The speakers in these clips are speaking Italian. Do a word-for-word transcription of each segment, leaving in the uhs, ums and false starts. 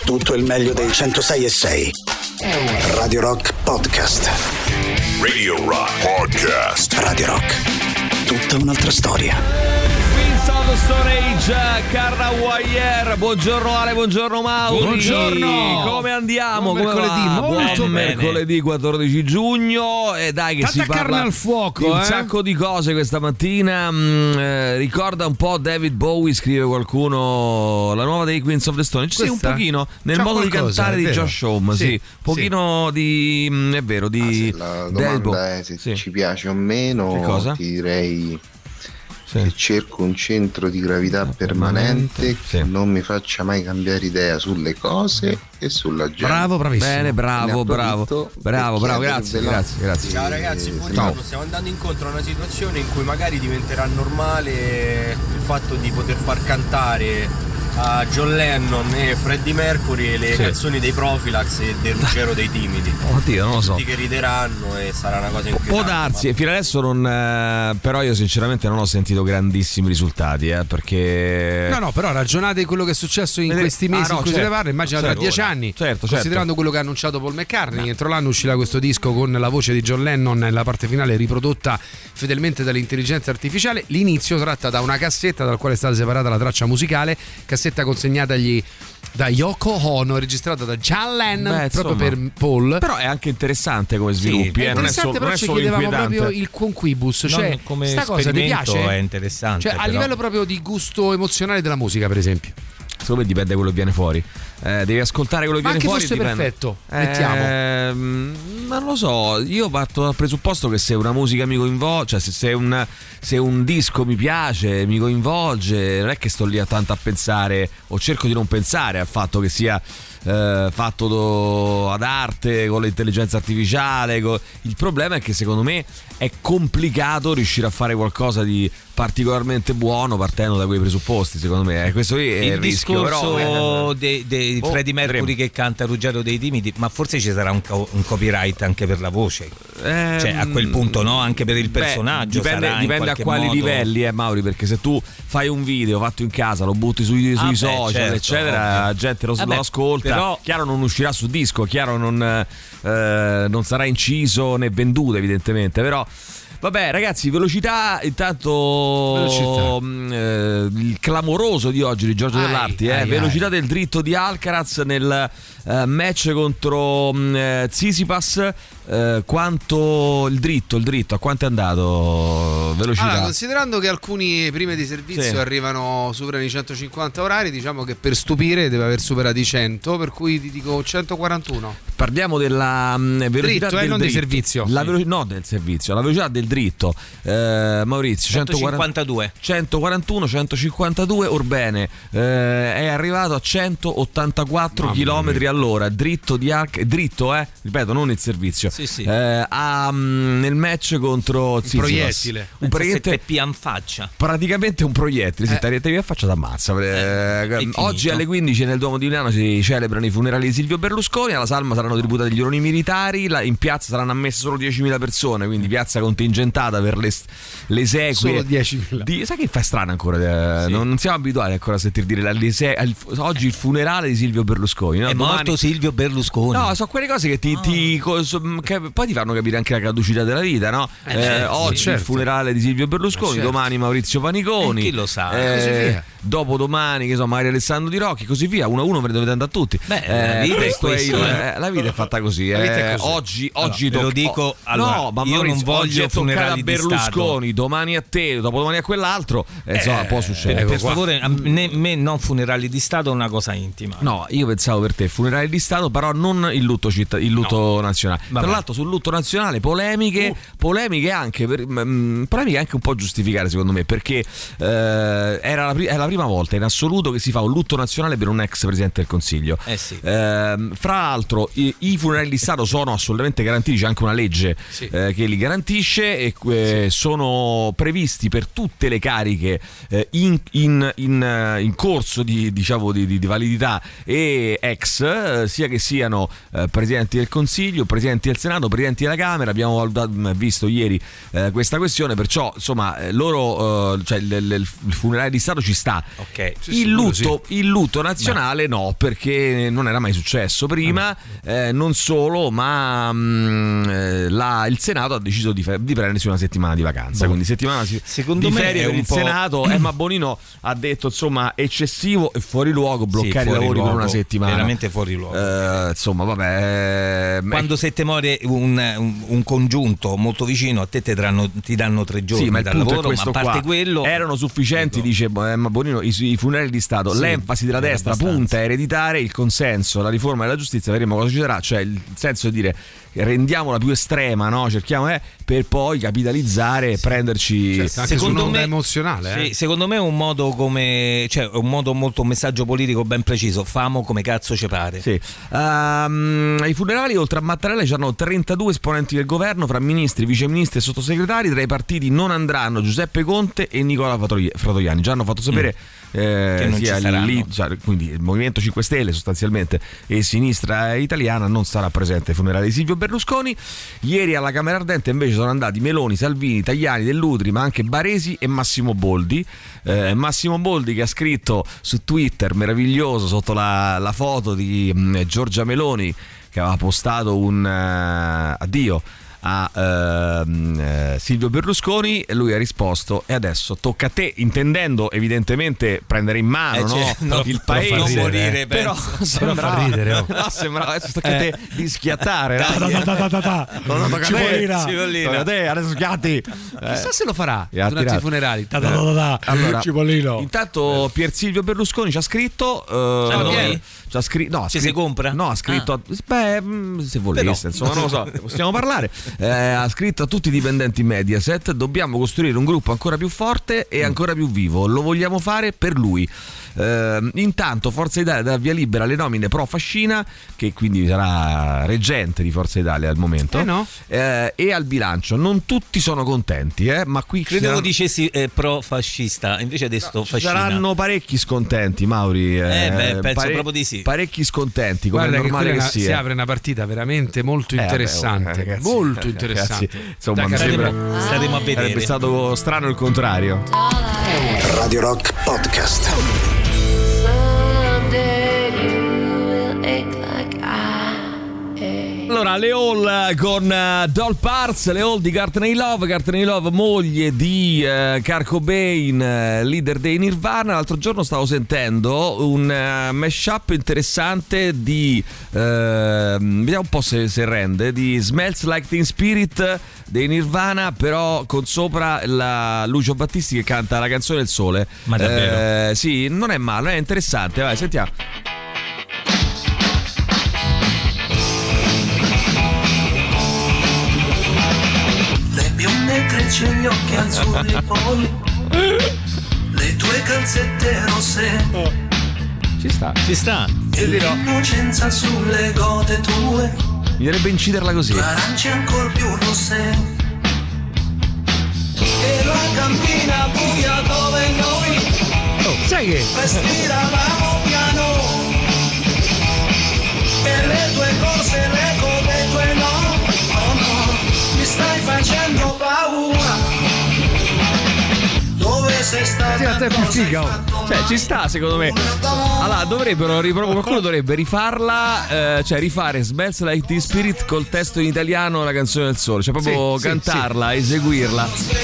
tutto il meglio dei centosei e sei. Radio Rock Podcast. Radio Rock Podcast. Radio Rock. Tutta un'altra storia. Sound Storage, Carla Wire. Buongiorno Ale, buongiorno Mauri. Buongiorno. Come andiamo? Buon Come mercoledì, va? molto Buon bene. mercoledì quattordici giugno. E dai che Tanta si parla carne al fuoco, di un eh? sacco di cose questa mattina. Mm, eh, ricorda un po' David Bowie, scrive qualcuno, la nuova dei Queens of the Stone Age. Sì, un Questa? pochino nel C'ha modo qualcosa, di cantare è di vero. Josh Homme, sì, Sì, un pochino di mm, è vero, di Ah, se la David Bowie. domanda è se Sì. ci piace o meno, Che cosa? ti direi Sì. che cerco un centro di gravità permanente permanente, che sì. non mi faccia mai cambiare idea sulle cose e sulla gente. Bravo, bravissimo. Bene, bravo, Ne bravo, approfitto bravo, per bravo, chiedervela. grazie, grazie, grazie. Ciao ragazzi, buongiorno. Stiamo andando incontro a una situazione in cui magari diventerà normale il fatto di poter far cantare a John Lennon e Freddie Mercury le Sì. canzoni dei Profilax e del Ruggero dei Timidi. Oddio, non lo so. Tutti che rideranno e sarà una cosa inquietante. Può darsi, e fino adesso non. eh, però io sinceramente non ho sentito grandissimi risultati, eh, perché. No, no, però ragionate di quello che è successo in Vedete- questi mesi ah, no, in cui certo, se ne parla. Immagina certo, tra dieci ora. anni, Certo, considerando certo. quello che ha annunciato Paul McCartney. Entro l'anno uscirà questo disco con la voce di John Lennon nella parte finale riprodotta fedelmente dall'intelligenza artificiale. L'inizio tratta da una cassetta dal quale è stata separata la traccia musicale, cassetta consegnatagli da Yoko Ono, registrata da John Lennon. Beh, proprio insomma. per Paul. Però è anche interessante come sviluppi, È eh, non è interessante, solo, non però è ci solo chiedevamo inquietante. proprio il conquibus, cioè Non come sta cosa ti esperimento piace? è interessante, Cioè a però. livello proprio di gusto emozionale della musica, per esempio. Secondo me dipende da quello che viene fuori. Eh, devi ascoltare quello che Ma viene anche fuori. fosse dipende. perfetto, mettiamo. Ehm, ma non lo so, io parto dal presupposto che se una musica mi coinvolge, cioè se, se, un, se un disco mi piace, mi coinvolge, non è che sto lì a tanto a pensare, o cerco di non pensare al fatto che sia eh, fatto do- ad arte con l'intelligenza artificiale. co- Il problema è che secondo me è complicato riuscire a fare qualcosa di particolarmente buono partendo da quei presupposti, secondo me. Eh, questo lì è il, Il rischio, discorso però, eh, di de boh, Freddie Mercury vedremo. che canta Ruggero dei Timidi, ma forse ci sarà un, co- un copyright anche per la voce, Ehm, cioè a quel punto no, anche per il beh, personaggio dipende, sarà in dipende a qualche quali modo... livelli, eh Mauri, perché se tu fai un video fatto in casa, lo butti sui, sui Ah, beh, social certo, eccetera, ovvio. la gente lo, Vabbè, lo ascolta, però- chiaro non uscirà su disco, chiaro non, eh, non sarà inciso né venduto evidentemente, però vabbè ragazzi, velocità intanto. Velocità. mh, eh, il clamoroso di oggi di Giorgio Ai, Dell'Arti, eh, ai, velocità ai. del dritto di Alcaraz nel eh, match contro mh, eh, Tsitsipas. Eh, quanto il dritto, il dritto, a quanto è andato? Velocità. Allora, considerando che alcuni prime di servizio Sì. arrivano, superano i centocinquanta orari, diciamo che per stupire deve aver superato i cento, per cui ti dico centoquarantuno. Parliamo della mh, velocità Dritto, eh, del non di dritto. servizio. La Sì. velo- no, del servizio, la velocità del dritto. Eh, Maurizio, centocinquantadue centoquarantuno centocinquantadue, orbene, eh, è arrivato a centottantaquattro Mamma chilometri mia. all'ora, dritto di Alc- dritto, eh, ripeto, non il servizio. Sì, sì. Eh, a, mh, nel match contro Tsitsipas. proiettile. Un proiettile P in faccia. praticamente un proiettile, sì, Eh. te te faccia d'ammazza. Eh, è oggi finito. alle quindici nel Duomo di Milano si celebrano i funerali di Silvio Berlusconi. Alla salma saranno tributate gli oroni militari. la- in piazza saranno ammesse solo diecimila persone, quindi piazza contingentata per le, le esequie. Solo diecimila. Di, sai che fa strano ancora? eh, Sì. non, non siamo abituati ancora a sentir dire la, le ese- al- oggi il funerale di Silvio Berlusconi. No? È Domani- morto Silvio Berlusconi. No, sono quelle cose che ti, ti co- so- che poi ti fanno capire anche la caducità della vita, no? Eh, certo, oggi sì, certo. il funerale di Silvio Berlusconi, Eh, certo. domani Maurizio Paniconi, E chi lo sa? eh, Così via. dopodomani che so, Mario Alessandro Di Rocchi, così via, uno a uno ve ne dovete andare a tutti. Beh, la vita è questo questo, il- eh. eh, la vita è fatta così, La vita è eh. così. Oggi, Allora, oggi ve lo tocca- dico, oh, allora, no, ma io non Maurizio, voglio oggi è toccata funerali a di Berlusconi, domani a te, dopodomani a quell'altro, eh, insomma, può Per, succedere. per favore, a me, me non funerali di Stato è una cosa intima. No, io pensavo per te funerale di Stato, però non il lutto, citt- il lutto nazionale. Vabbè. Tra l'altro sul lutto nazionale polemiche, polemiche anche per, mm, polemiche anche un po' giustificate secondo me, perché eh, era la, pri- è la prima volta in assoluto che si fa un lutto nazionale per un ex presidente del Consiglio. Eh sì. Ehm, fra l'altro eh, i, i funerali di Stato sono assolutamente garantiti, c'è anche una legge Sì. eh, che li garantisce e eh, sono previsti per tutte le cariche eh, in, in, in, eh, in corso di, diciamo, di, di, di validità e ex, eh, sia che siano eh, presidenti del Consiglio, presidenti del Senato, presidenti della Camera. Abbiamo valutato, visto ieri eh, questa questione, perciò insomma eh, loro eh, cioè il, il, il funerale di Stato ci sta. Ok. Sì, Il lutto, sì. il lutto nazionale no, perché non era mai successo prima, eh, non solo, ma mh, eh, la, il Senato ha deciso di, fe- di prendersi una settimana di vacanza, quindi settimana si- Secondo di me ferie è per un il po'- Senato. Emma Bonino ha detto insomma eccessivo e fuori luogo bloccare Sì, i fuori lavori per luogo, una settimana, veramente fuori luogo. Eh, insomma vabbè, eh, Quando se te muore un, un, un congiunto molto vicino a te, te daranno, ti danno tre giorni sì, ma il dal punto lavoro, è questo ma a parte qua. quello Erano sufficienti, dice Emma Bonino, i, i funerali di Stato. Sì, L'enfasi della era destra abbastanza. punta a ereditare il consenso, la riforma della giustizia, vedremo cosa ci sarà, cioè il senso di dire rendiamola più estrema, no? Cerchiamo eh, per poi capitalizzare e prenderci Certo, anche Secondo sull'onda me- emozionale. Sì, eh. secondo me è un modo come, cioè un modo molto, un messaggio politico ben preciso. Famo come cazzo ci pare. Sì. Um, ai funerali oltre a Mattarella c'erano trentadue esponenti del governo, fra ministri, viceministri e sottosegretari. Tra i partiti non andranno Giuseppe Conte e Nicola Fatoi- Fratoianni. Già hanno fatto sapere eh, Che non sia ci saranno. lì, cioè, quindi il Movimento cinque Stelle sostanzialmente e Sinistra Italiana non sarà presente ai funerali di Silvio Berlusconi. Ieri alla Camera Ardente invece sono andati Meloni, Salvini, Tajani, Dell'Utri, ma anche Baresi e Massimo Boldi. Eh, Massimo Boldi che ha scritto su Twitter meraviglioso sotto la, la foto di mh, Giorgia Meloni che aveva postato un uh, addio a ehm, eh, Silvio Berlusconi, e lui ha risposto e adesso tocca a te, intendendo evidentemente prendere in mano Eh, no, cioè, no, il però fa paese, morire, però penso. sembrava, fa ridere, oh. no, sembrava adesso tocca a te di schiattare, Dai, no? da, da, da, da, da. No, no, tocca a te. Cipollina. Cipollina. Tocca a te, adesso schiatti. Eh. Chissà se lo farà E ha durante tirato. i funerali. Da, da, da, da, da. Allora, Cipollino. intanto Pier Silvio Berlusconi ci ha scritto eh, Ah, no, lui? ci ha scritto no, ha Ci scritto- si compra? no ha scritto Ah. beh mh, se volesse Però. insomma non lo so, possiamo parlare. Eh, ha scritto a tutti i dipendenti Mediaset: dobbiamo costruire un gruppo ancora più forte e ancora più vivo, lo vogliamo fare per lui. Eh, intanto Forza Italia dà via libera alle nomine pro Fascina, che quindi sarà reggente di Forza Italia al momento, Eh no? Eh, e al bilancio. Non tutti sono contenti, eh, ma qui ci Credevo saranno- dicessi eh, pro fascista, invece adesso Ci fascina. saranno parecchi scontenti, Mauri. Eh, beh, penso proprio di sì. Parecchi scontenti, come è Guarda che normale quella che si sia. apre una partita veramente molto Eh, interessante, vabbè, oh, ragazzi, molto ragazzi, interessante. insomma, Da mi capire. sembra- Staremo a vedere. Sarebbe stato strano il contrario. Radio Rock Podcast. Someday you will ache like I ache. Allora, le Hall con uh, Doll Parts, le Hall di Courtney Love, Courtney Love moglie di uh, Kurt Cobain, uh, leader dei Nirvana. L'altro giorno stavo sentendo un uh, mashup interessante di, uh, vediamo un po' se, se rende, di Smells Like Teen Spirit dei Nirvana, però con sopra la Lucio Battisti che canta La canzone del sole. Ma davvero? Eh, sì, non è male, è interessante, vai, sentiamo. Le bionde trecce e gli occhi azzurri poi le tue calzette rosse Ci sta. Ci sta. e l'innocenza sulle gote tue, Bisognerebbe inciderla così. arance ancor più rosse e la campina buia dove noi Sai che respiravamo piano e le tue corse, l'eco dei tuoi no, oh no, mi stai facendo paura. Dove sei stata? Sì, a te è più figa, oh. Cioè, ci sta secondo me. Allora, dovrebbero ripro- qualcuno dovrebbe rifarla, eh, cioè rifare Smells Like Teen Spirit col testo in italiano La canzone del sole, cioè proprio Sì, sì, cantarla, eseguirla.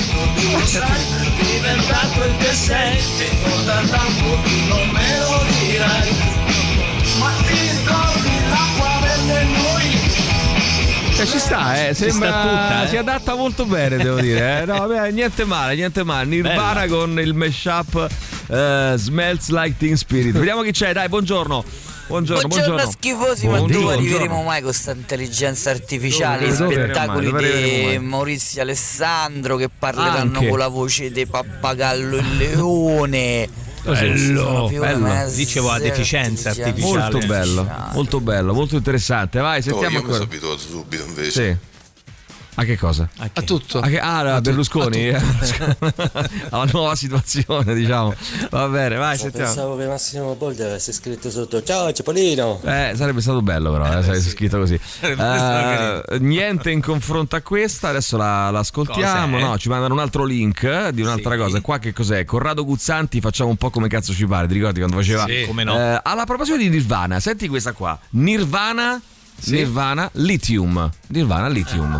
Diventato il che sei, e da tanto non me lo dirai, ma ti ricordi l'acqua verde noi? Cioè, ci sta, eh, sembra sta tutta, eh. si adatta molto bene, devo dire. Eh. No, vabbè, niente male, niente male. Nirvana Bella. con il mashup eh, Smells Like Teen Spirit. Vediamo chi c'è, dai, buongiorno. Buongiorno, Buongiorno, buongiorno. schifosi, ma Buongiorno, dove arriveremo buongiorno. mai con questa intelligenza artificiale? Dove- dove Spettacoli arriveremo mai? Dove di arriveremo mai? Maurizio Alessandro che parleranno Anche. con la voce di Pappagallo e Leone. bello, bello. dicevo a deficienza artificiale. Molto bello, molto bello, molto interessante. Vai, sentiamo Oh, io mi ancora. sono abituato subito invece. Sì. A che cosa? A, a tutto. A che, ah, a Berlusconi. A alla nuova situazione, diciamo. Va bene, vai, sentiamo. Pensavo che Massimo Boldi avesse scritto sotto ciao Cipollino. Eh, sarebbe stato bello però, eh, se avesse scritto così. Uh, niente in confronto a questa, adesso la, la ascoltiamo. Cos'è? No, ci mandano un altro link di un'altra Sì. cosa. Qua che cos'è? Corrado Guzzanti, facciamo un po' come cazzo ci pare. Ti ricordi quando faceva? Sì, come no. Uh, alla proposito di Nirvana, senti questa qua. Nirvana, Sì. Nirvana Lithium. Nirvana Lithium.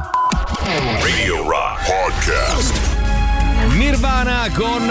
Radio Rock Podcast. Nirvana con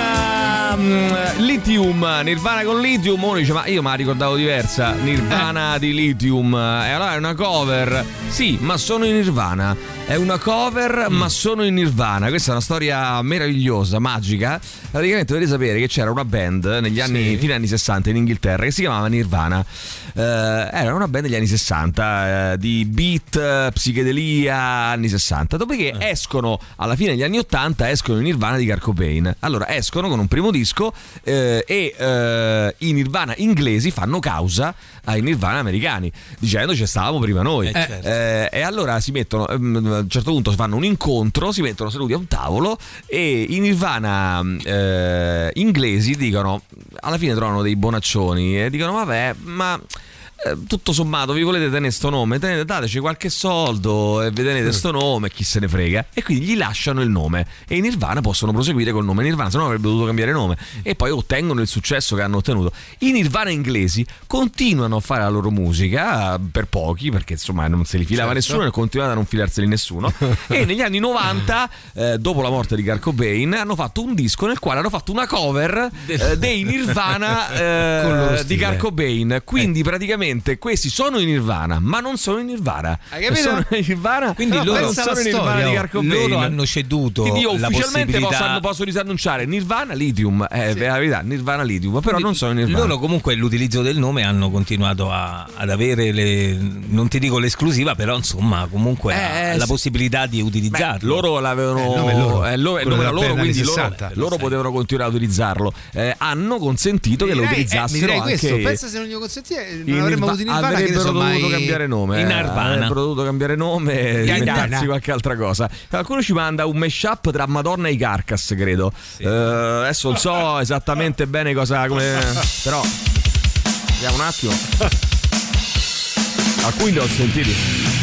uh, Lithium. Nirvana con Lithium. Uno dice ma io me la ricordavo diversa. Nirvana eh. di Lithium. E allora è una cover. Sì, ma sono in Nirvana. È una cover mm. ma sono in Nirvana. Questa è una storia meravigliosa, magica. Praticamente dovete sapere che c'era una band negli anni, sì. fine anni sessanta in Inghilterra, che si chiamava Nirvana. Uh, era una band degli anni sessanta uh, di beat, uh, psichedelia anni sessanta. Dopodiché eh. escono alla fine degli anni ottanta, escono in Nirvana di Kurt Cobain. Allora escono con un primo disco eh, e eh, i Nirvana inglesi fanno causa ai Nirvana americani dicendo ci stavamo prima noi. Eh, certo. eh, e allora si mettono a un certo punto fanno un incontro, si mettono seduti a un tavolo e i Nirvana eh, inglesi dicono, alla fine trovano dei bonaccioni e dicono vabbè, ma tutto sommato vi volete tenere sto nome, tenete, dateci qualche soldo e vi tenete sto nome, chi se ne frega, e quindi gli lasciano il nome e i Nirvana possono proseguire col nome Nirvana, se no avrebbero dovuto cambiare nome, e poi ottengono il successo che hanno ottenuto. I Nirvana inglesi continuano a fare la loro musica per pochi, perché insomma non se li filava certo. nessuno e continuano a non filarseli nessuno e negli anni novanta eh, dopo la morte di Kurt Cobain hanno fatto un disco nel quale hanno fatto una cover eh, dei Nirvana eh, di Kurt Cobain, quindi eh. praticamente questi sono in Nirvana ma non sono in Nirvana. Hai capito? Sono in Nirvana, quindi no, loro non sono in Nirvana di Kurt Cobain. Loro hanno ceduto quindi io la ufficialmente possibilità... posso, posso disannunciare Nirvana Lithium, eh, sì. è la verità, Nirvana Lithium, però quindi non sono in Nirvana. Loro comunque l'utilizzo del nome hanno continuato a, ad avere le, non ti dico l'esclusiva, però insomma comunque eh, la sì. possibilità di utilizzarlo. Beh, loro l'avevano eh, il nome è loro, eh, il nome, il nome era loro, quindi loro, eh, loro potevano continuare a utilizzarlo. Eh, hanno consentito che lo utilizzassero eh, anche. Questo, pensa se non glielo consentire, non in avremmo avuto in Nirvana, che ne avrebbero so, dovuto mai... cambiare nome. In eh, Nirvana. Avrebbero dovuto cambiare nome e In inventarsi Nirvana. qualche altra cosa. Qualcuno ci manda un mashup tra Madonna e i Carcass, credo. Sì. Eh, adesso non so esattamente bene cosa, come, però vediamo un attimo. Alcuni li ho sentiti.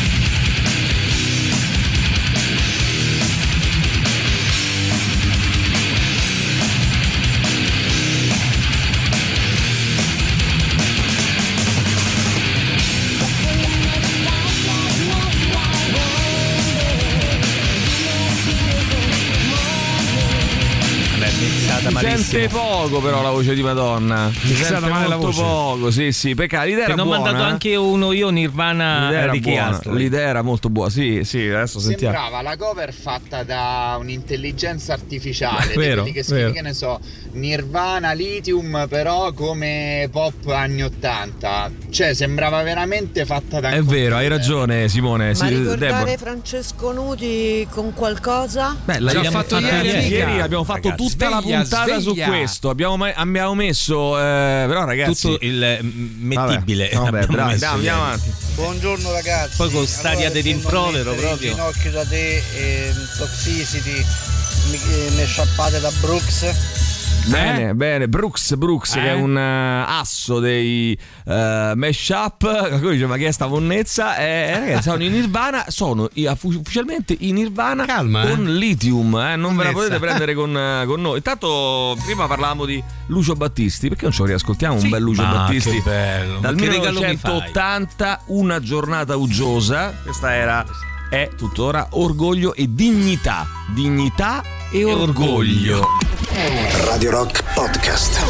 Si sente poco però la voce di Madonna. Si sente male la molto voce. poco, sì sì, peccato. L'idea Ti era hanno buona. mandato anche uno io Nirvana L'idea era di buona. Chiastro. L'idea era molto buona. Sì, sì, adesso sentiamo. Sembrava la cover fatta da un'intelligenza artificiale, Vero, di quelli che scrivi, vero. che ne so, Nirvana Lithium, però come pop anni ottanta. Cioè sembrava veramente fatta da È vero, hai ragione Simone. Ma sì, ricordare Deborah. Francesco Nuti con qualcosa? Beh, l'abbiamo fatto ieri, ieri, ieri abbiamo fatto ragazzi. tutta la Sveglia, puntata sveglia. su questo. Abbiamo, mai- abbiamo messo, eh, però ragazzi, tutto il mm, mettibile. Vabbè, vabbè, abbiamo bravi, messo dai, andiamo ieri. avanti. Buongiorno ragazzi. Poi con stadia allora, di rimprovero proprio. In ginocchio da te e Toxicity ne sciappate da Brooks. Bene, Eh? bene, Brooks, Brooks Eh? che è un uh, asso dei uh, mashup. Qualcuno dice ma che è sta monnezza? Eh, ragazzi, sono in Nirvana, sono i- ufficialmente in Nirvana Calma, con eh. Lithium, eh, non ve la Monnezza. potete prendere con, uh, con noi. Intanto prima parlavamo di Lucio Battisti, perché non ce lo riascoltiamo un Sì, bel Lucio ma Battisti? che bello, Dal ma che regalo mi fai? millenovecentottanta, Una giornata uggiosa. Questa era, è tuttora Orgoglio e Dignità. Dignità e, orgoglio. Radio Rock Podcast.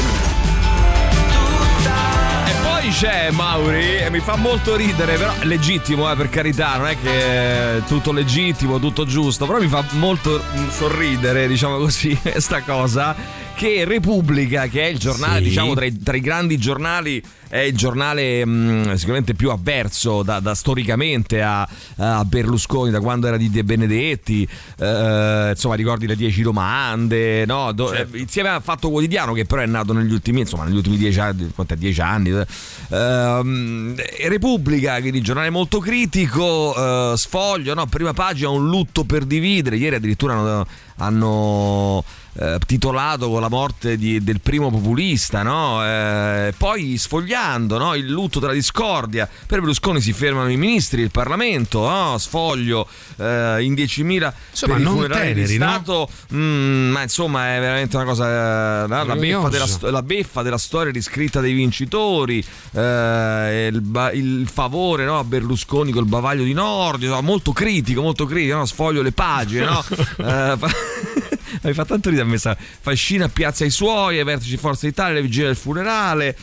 E poi c'è Mauri e mi fa molto ridere, però è legittimo, eh, per carità, non è che è tutto legittimo, tutto giusto, però mi fa molto mm, sorridere, diciamo così, questa cosa, che Repubblica, che è il giornale, Sì. diciamo tra i, tra i grandi giornali è il giornale mh, sicuramente più avverso da, da storicamente a, a Berlusconi, da quando era di De Benedetti, eh, insomma ricordi le dieci domande, no? Do, certo. eh, insieme a Fatto Quotidiano, che però è nato negli ultimi, insomma negli ultimi dieci anni, quant'è, dieci anni, eh, Repubblica, quindi giornale molto critico, eh, Sfoglio, no? Prima pagina, un lutto per dividere, ieri addirittura hanno, hanno eh, titolato con la morte di, del primo populista, no? Eh, poi Sfogliando, no? Il lutto della discordia, per Berlusconi si fermano i ministri, il Parlamento, no? Sfoglio, eh, in diecimila insomma, per i non funerali teneri, di Stato, no? mm, ma insomma è veramente una cosa, eh, la, beffa della, la beffa della storia riscritta dei vincitori, eh, il, il favore, no? A Berlusconi col bavaglio di Nordio, no? Molto critico, molto critico, no? Sfoglio le pagine, no? eh, mi fa tanto ridere a me sta fascina a Piazza ai Suoi, ai vertici Forza Italia, le vigilie del funerale,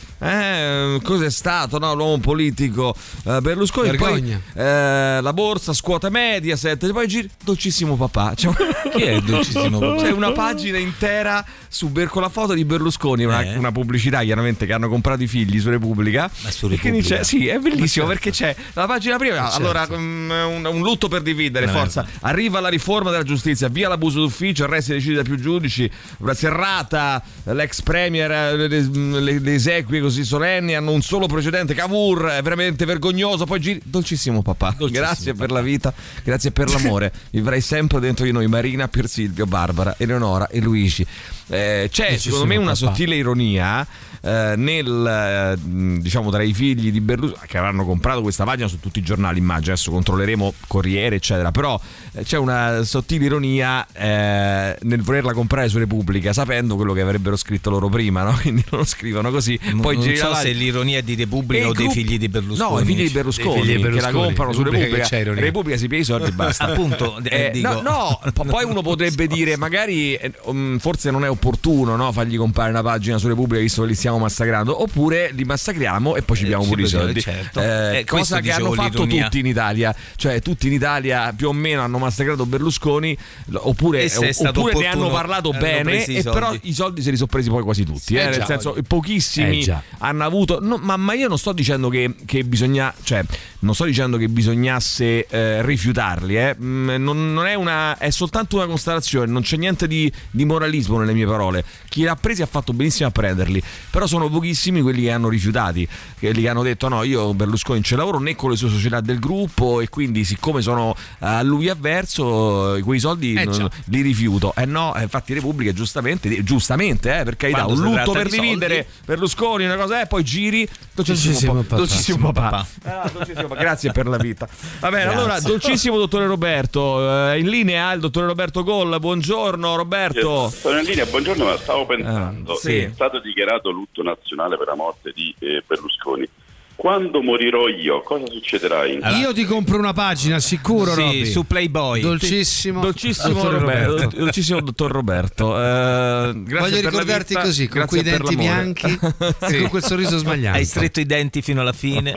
eh, cos'è stato, no? L'uomo politico eh, Berlusconi. Vergogna. Poi eh, la borsa scuote Mediaset, poi giri Dolcissimo Papà, cioè, chi è Dolcissimo Papà? C'è una pagina intera su Ber- con la foto di Berlusconi, una, eh. una pubblicità chiaramente che hanno comprato i figli su Repubblica. Ma su Repubblica? E c'è, sì, è bellissimo, certo. Perché c'è la pagina prima, certo. Allora um, un, un lutto per dividere, no, forza, no. Arriva la riforma della giustizia, via l'abuso d'ufficio, arresti decisi da più giudici, una serrata, l'ex premier, le, le, le esequie così solenni, hanno un solo precedente, Cavour, è veramente vergognoso, poi giri Dolcissimo Papà, Dolcissimo grazie papà. Per la vita, grazie per l'amore, vivrai sempre dentro di noi, Marina, Pier Silvio, Barbara, Eleonora e Luigi. Eh, c'è Dolcissimo secondo me una papà. Sottile ironia eh, nel eh, diciamo tra i figli di Berlusconi, che avranno comprato questa pagina su tutti i giornali, immagino, adesso controlleremo Corriere eccetera, però eh, c'è una sottile ironia eh, nel volerla comprare su Repubblica sapendo quello che avrebbero scritto loro prima, no? Quindi non lo scrivono così. Poi non so se l'ironia è di Repubblica o dei figli di Berlusconi. No, i figli di Berlusconi, figli di Berlusconi che la comprano su Repubblica. Repubblica si pia i soldi e basta. Appunto, eh, dico. No, no, poi uno potrebbe dire magari eh, um, forse non è opportuno, no, fargli comprare una pagina su Repubblica visto che li stiamo massacrando, oppure li massacriamo e poi ci piamo eh, pure i soldi. Certo. Eh, eh, cosa che hanno fatto l'ironia. Tutti in Italia, cioè tutti in Italia più o meno hanno massacrato Berlusconi, oppure, oppure ne hanno parlato bene, e però i soldi se li sono presi poi quasi tutti, eh, eh, nel senso pochissimi eh, hanno avuto, no, ma, ma io non sto dicendo che, che bisogna, cioè non sto dicendo che bisognasse eh, rifiutarli, eh. non, non è una, è soltanto una constatazione, non c'è niente di, di moralismo nelle mie parole. Chi li ha presi ha fatto benissimo a prenderli, però sono pochissimi quelli che hanno rifiutati, quelli che hanno detto no, io Berlusconi non ce lavoro né con le sue società del gruppo e quindi siccome sono a lui avverso quei soldi eh, non, li rifiuto. Eh no, infatti Repubblica giustamente, giustamente, eh, per carità, un lutto per dividere soldi. Berlusconi, una cosa, e eh, poi giri Dolcissimo Papà. Dolcissimo Papà. Ah, Dolcissimo Papà. Grazie per la vita. Va bene, Grazie. Allora, dolcissimo dottore Roberto, eh, in linea il dottore Roberto Goll. Buongiorno Roberto. Sono in linea, buongiorno, ma stavo pensando, ah, sì. è stato dichiarato lutto nazionale per la morte di eh, Berlusconi. Quando morirò io, cosa succederà? In... Allora, io ti compro una pagina, sicuro, sì, Robby. Su Playboy. Dolcissimo, dolcissimo dottor Roberto. Roberto. Dolcissimo dottor Roberto. Uh, Voglio ricordarti così, con quei denti bianchi sì. e con quel sorriso smagliato. Hai stretto i denti fino alla fine.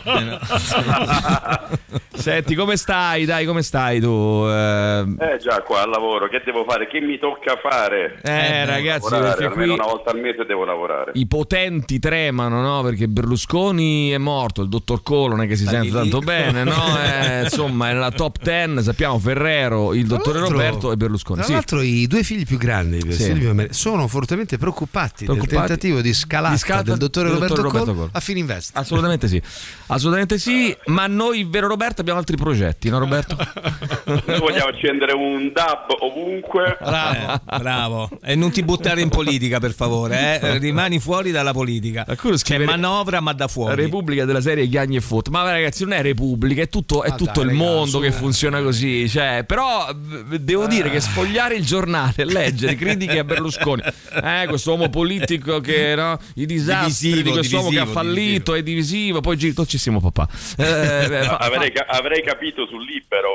Senti, come stai? Dai, come stai tu? Uh... Eh già, qua al lavoro, che devo fare? Che mi tocca fare? Eh, eh ragazzi, lavorare, perché almeno qui una volta al mese devo lavorare. I potenti tremano, no? Perché Berlusconi è morto, il dottor Colo non è che si sente tanto bene, no? Eh, insomma è nella top ten, sappiamo Ferrero, il dottore Roberto e Berlusconi. Tra l'altro sì. i due figli più grandi di Silvio sono fortemente preoccupati, preoccupati del tentativo di scalata, di scalata del dottore del Roberto, Roberto Colo, Colo a Fininvest. Assolutamente sì, assolutamente sì, ma noi, vero Roberto, abbiamo altri progetti, no Roberto? Noi vogliamo accendere un D A B ovunque. Bravo, bravo. E non ti buttare in politica per favore, eh? Rimani fuori dalla politica. C'è manovra ma da fuori. Repubblica della serie Chiagni e Foot, ma ragazzi non è Repubblica, è tutto, è ah, tutto dai, il ragazzi, mondo che funziona così, cioè, però devo dire che sfogliare il giornale e leggere critiche a Berlusconi, eh, questo uomo politico che, no, i disastri divisivo, di quest'uomo divisivo, che ha fallito divisivo. È divisivo, poi giri Dolcissimo Papà. Eh, no, fa, avrei, fa... avrei capito sul Libero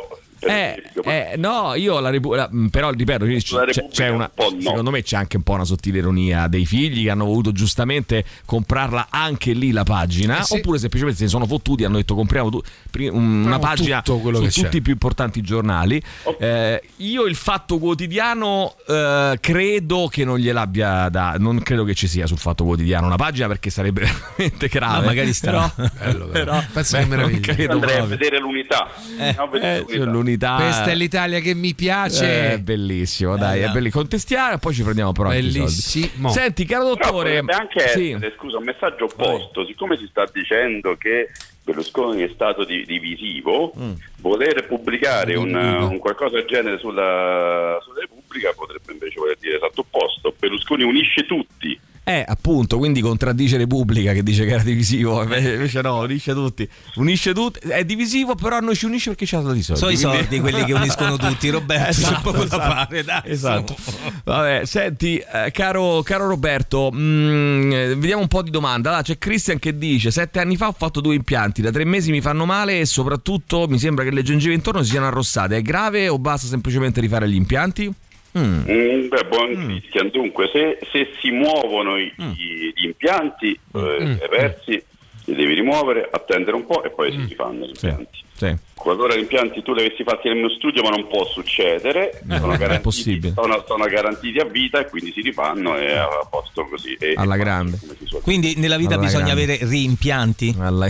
per Eh, esempio. eh, no, io la Repubblica, però ripeto, c'è, c'è- c'è una, secondo me c'è anche un po' una sottile ironia dei figli che hanno voluto giustamente comprarla anche lì la pagina, Eh sì. oppure semplicemente se ne sono fottuti e hanno detto compriamo tu- pri- un- una pagina tutto quello su che tutti c'è. i più importanti giornali. Eh, io il Fatto Quotidiano eh, credo che non gliel'abbia da, non credo che ci sia sul Fatto Quotidiano una pagina, perché sarebbe veramente grave. No, magari sta. Però, Bello, bello. però Pensa beh, che meraviglia. non credo Andrei a proprio. vedere l'unità. No, a vedere Eh, l'unità. l'unità Questa è l'Italia che mi piace. è bellissimo, dai, Bella. è bellissimo. Contestiamo e poi ci prendiamo però anche i soldi. Bellissimo. Senti, caro Però dottore, potrebbe anche sì. essere, scusa, un messaggio opposto, siccome si sta dicendo che Berlusconi è stato di- divisivo, Mm. voler pubblicare un, Divisivo. un qualcosa del genere sulla, sulla Repubblica potrebbe invece voler dire esatto opposto. Berlusconi unisce tutti. Eh, appunto, quindi contraddice Repubblica che dice che era divisivo, invece no, unisce tutti. Unisce tutti, è divisivo, però non ci unisce perché c'ha dati soldi. Sono i quindi- soldi quelli che uniscono tutti, Roberto, c'è Esatto, poco da esatto. fare, dai. Esatto. Vabbè, senti, eh, caro, caro Roberto, mh, eh, vediamo un po' di domanda. Allora, c'è Christian che dice: sette anni fa ho fatto due impianti, da tre mesi mi fanno male e soprattutto mi sembra che le gengive intorno si siano arrossate. È grave o basta semplicemente rifare gli impianti? Mm. Mm, beh, buon Cristian, dunque se, se si muovono i- i- gli impianti eh, emersi, li devi rimuovere, attendere un po' e poi si rifanno gli impianti. Sì. Qualora gli impianti tu li avessi fatti nel mio studio, ma non può succedere, Eh, sono, è garantiti, possibile. sono, sono garantiti a vita e quindi si rifanno e a posto così. E, Alla e grande. come si suol Quindi nella vita Alla bisogna grande. avere rimpianti. Alla-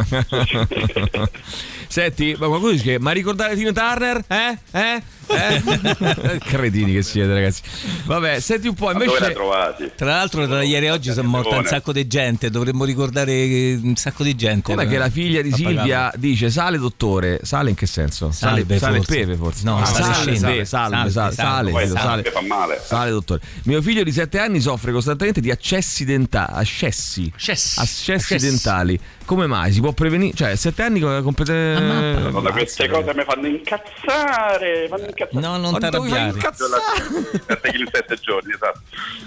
Senti, ma qualcuno dice: ma ricordare Tina Turner? Eh? Eh? Eh? Cretini che siete, ragazzi. Vabbè, senti un po', Ma dove l'hai invece. trovati? Tra l'altro tra ieri e oggi sono morta un sacco di gente, dovremmo ricordare un sacco di gente. Com'è che la figlia di Appagarlo. Silvia dice: sale dottore? Sale in che senso? Salve, sale forse. pepe forse? No, Ah, sale sale, scende. salve, salve, Salve, sale, salve. sale, Poi credo, salve, sale. fa male. Sale, dottore. Mio figlio di sette anni soffre costantemente di accessi dentali, accessi, Accessi. accessi Accessi. dentali. Come mai? Si può prevenire? Cioè, sette anni come completamente. Madonna, queste cose mi fanno incazzare, fanno incazzare. No, non Quanto mi fai t'arrabbiare. incazzare? sette chili in sette giorni, esatto.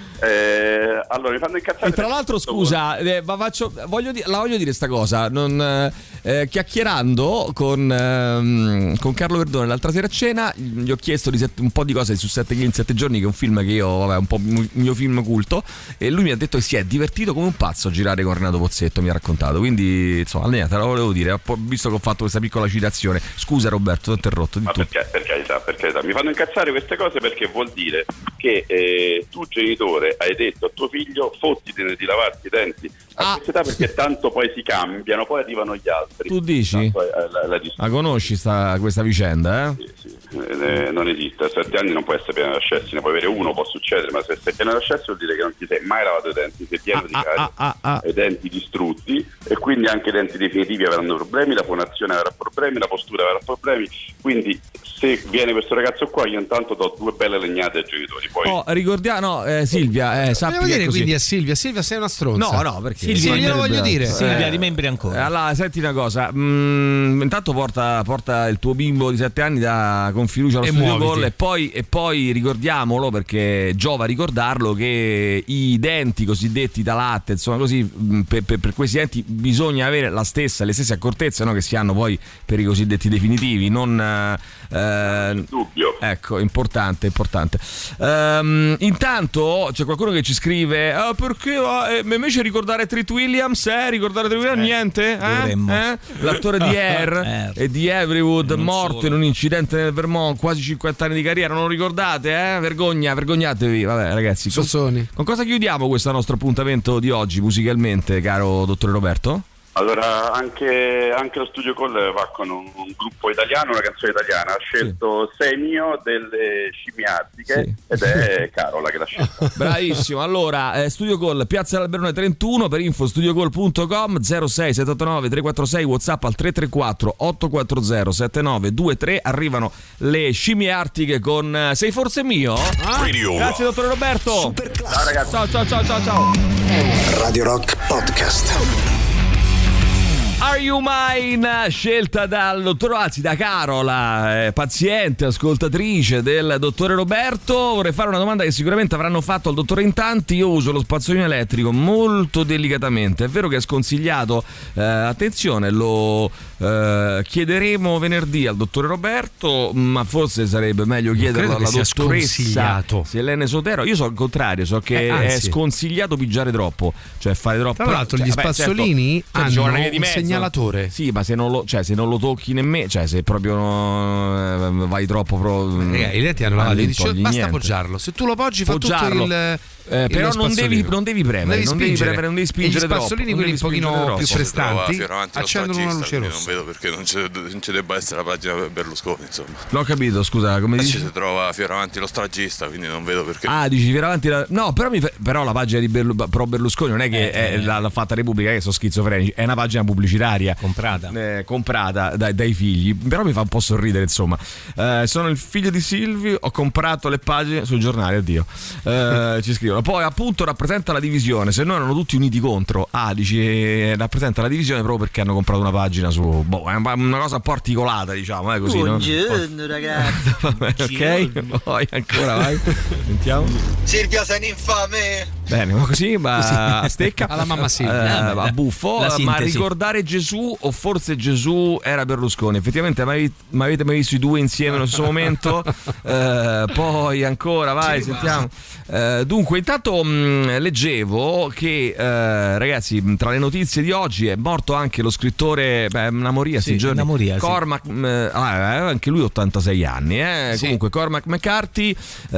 Eh, allora mi fanno incazzare. E tra l'altro, scusa, eh, ma faccio, voglio di- la voglio dire sta cosa. Non, eh, chiacchierando con, ehm, con Carlo Verdone l'altra sera a cena, gli ho chiesto di set- un po' di cose su sette chili in sette giorni, che è un film che io, vabbè, un po' il mio film culto. E lui mi ha detto che si è divertito come un pazzo a girare con Renato Pozzetto. Mi ha raccontato. Quindi, insomma, niente, te la volevo dire. Ho po- Visto che ho fatto questa piccola citazione. Scusa, Roberto, ti ho interrotto. Di Ma tutto. perché, per carità, per carità, mi fanno incazzare queste cose perché vuol dire che eh, tu genitore hai detto a tuo figlio fottitene di lavarti i denti a questa età perché tanto poi si cambiano, poi arrivano gli altri. Tu dici? Tanto è- è la, la dis- La conosci sta, questa vicenda, eh? eh, non esiste, a sette anni non puoi essere pieno di ascessi, ne puoi avere uno, può succedere, ma se sei pieno di ascessi vuol dire che non ti sei mai lavato i denti, sei pieno di carie, i denti distrutti e quindi anche i denti definitivi avranno problemi, la fonazione avrà problemi, la postura avrà problemi, quindi se viene questo ragazzo qua io intanto do due belle legnate ai genitori, poi Oh, ricordiamo, no, eh, Silvia, eh, sappi Volevo che è dire così. quindi a Silvia, Silvia sei una stronza. No, no, perché Silvia, glielo voglio dire. Silvia, Eh, rimembri ancora. Allora, senti una cosa. mm, intanto porta, porta il tuo bimbo di sette anni da Confiducia allo E studio muoviti. Gol e poi, e poi ricordiamolo, perché giova ricordarlo, che i denti cosiddetti da latte, insomma così, mm, per, per, per questi denti bisogna avere la stessa, le stesse accortezze, no, che si hanno poi per i cosiddetti definitivi, non eh, dubbio. Ecco, importante, importante. Ehm, intanto c'è qualcuno che ci scrive: ah, perché ah, eh, invece ricordare Treat Williams, eh? Ricordare Treat Williams, Eh, niente? Eh? dovremmo. Eh? L'attore di Air Air. e di Everwood, Non morto solo. in un incidente nel Vermont, quasi cinquanta anni di carriera, non lo ricordate? Eh? Vergogna, vergognatevi. Vabbè, ragazzi, con, Sossoni. con cosa chiudiamo questo nostro appuntamento di oggi musicalmente, caro dottore Roberto? allora anche, anche lo Studio Call va con un, un gruppo italiano, una canzone italiana, ha scelto Sei mio delle Scimmiattiche Sì. ed è Carola che l'ha scelto. Bravissimo. Allora, eh, Studio Call, Piazza Alberone trentuno, per info studiocall punto com, zero sei sette otto nove tre quattro sei, WhatsApp al tre tre quattro otto quattro zero sette nove due tre. Arrivano le scimmie artiche con eh, Sei forse mio? Ah, Radio grazie Rock. dottore Roberto. Ciao ragazzi. Ciao ciao ciao ciao ciao. Radio Rock Podcast. Are You Mine, scelta dal dottor, anzi da Carola, eh, paziente, ascoltatrice del dottore Roberto. Vorrei fare una domanda che sicuramente avranno fatto al dottore in tanti. Io uso lo spazzolino elettrico molto delicatamente. È vero che è sconsigliato? Eh, attenzione, lo eh, chiederemo venerdì al dottore Roberto, ma forse sarebbe meglio chiederlo alla dottoressa Selene Sotero. Io so al contrario, so che eh, è sconsigliato pigiare troppo, cioè fare troppo. Tra l'altro, cioè, gli vabbè, spazzolini certo, hanno un un segnalatore. Sì, ma se non lo, cioè, se non lo tocchi nemmeno, cioè se proprio no, vai troppo pro, eh, i denti hanno la valle, dice, basta niente. Appoggiarlo. Se tu lo poggi fa Poggiarlo. tutto il Eh, però non devi, non devi premere, non devi premere, non devi spingere troppo. Gli spazzolini, quelli un pochino più prestanti, accendono una luce rossa. Non vedo perché non ci, non ci debba essere la pagina per Berlusconi, insomma. L'ho capito, scusa, come dici? Ci si trova Fioravanti lo stragista, quindi non vedo perché. Ah, dici Fioravanti la... No, però, mi fa... però la pagina di Berlu... pro Berlusconi non è che eh, è l'ha fatta Repubblica, che sono schizofrenici, è una pagina pubblicitaria comprata, eh, comprata dai, dai figli. Però mi fa un po' sorridere, insomma. Eh, sono il figlio di Silvio, ho comprato le pagine sul giornale, addio. Eh, ci scrivono. Poi appunto rappresenta la divisione, se no erano tutti uniti contro. Ah, dici eh, rappresenta la divisione proprio perché hanno comprato una pagina su, boh, è una cosa un po' articolata, diciamo, eh, così. Buongiorno, no? ragazzi. Vabbè, ok, poi ancora vai. Sentiamo. Silvio, sei un infame. Bene, ma così, ma Così. a stecca Alla mamma Silvia. eh, a buffo, ma ricordare Gesù o forse Gesù era Berlusconi. Effettivamente mai, mai avete mai visto i due insieme nello stesso momento? Eh, poi ancora, vai, sì, sentiamo. Eh, dunque, intanto mh, leggevo che eh, ragazzi, tra le notizie di oggi è morto anche lo scrittore, beh, una moria, sì, sì, giorni. Una moria, Cormac, sì. mh, ah, anche lui ottantasei anni, eh? Sì. Comunque Cormac McCarthy,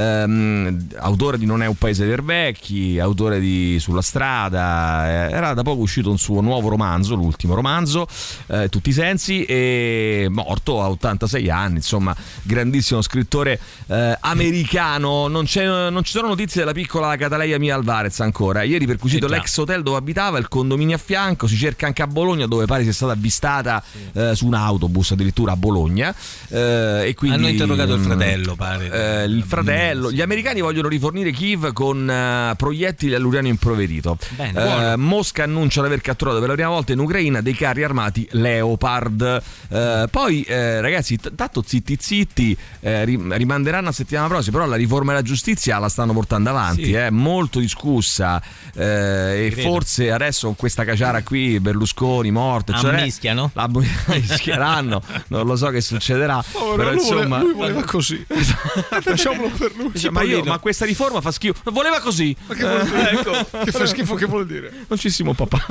ehm, autore di Non è un paese per vecchi, autore di Sulla strada, eh, era da poco uscito un suo nuovo romanzo, l'ultimo romanzo, eh, tutti i sensi, e morto a ottantasei anni, insomma, grandissimo scrittore eh, americano. Non, c'è, non ci sono notizie della piccola Cataleya Mia Alvarez ancora. Ieri perquisito eh l'ex hotel dove abitava, il condominio a fianco, si cerca anche a Bologna, dove pare sia stata avvistata sì. eh, su un autobus addirittura a Bologna, eh, e quindi hanno interrogato il fratello, pare eh, il fratello. Gli americani vogliono rifornire Kiev con uh, proiettili all'uranio impoverito. Bene, uh, Mosca annuncia di aver catturato per la prima volta in Ucraina dei carri armati Leopard. Uh, poi uh, ragazzi, t- tanto zitti zitti, uh, rimanderanno a settimana prossima, però la riforma della giustizia la stanno portando avanti, sì. eh, molto discussa, uh, e credo. Forse adesso con questa caciara qui, Berlusconi morto, cioè, ammischiano? la mischieranno, non lo so che succederà. Oh, però lui insomma voleva, lui voleva così. Lasciamolo per lui. Dice, ma, io, ma questa riforma fa schifo. Voleva così. Ma che vuol dire? Eh, ecco. Che fa schifo, che vuol dire? Dolcissimo papà.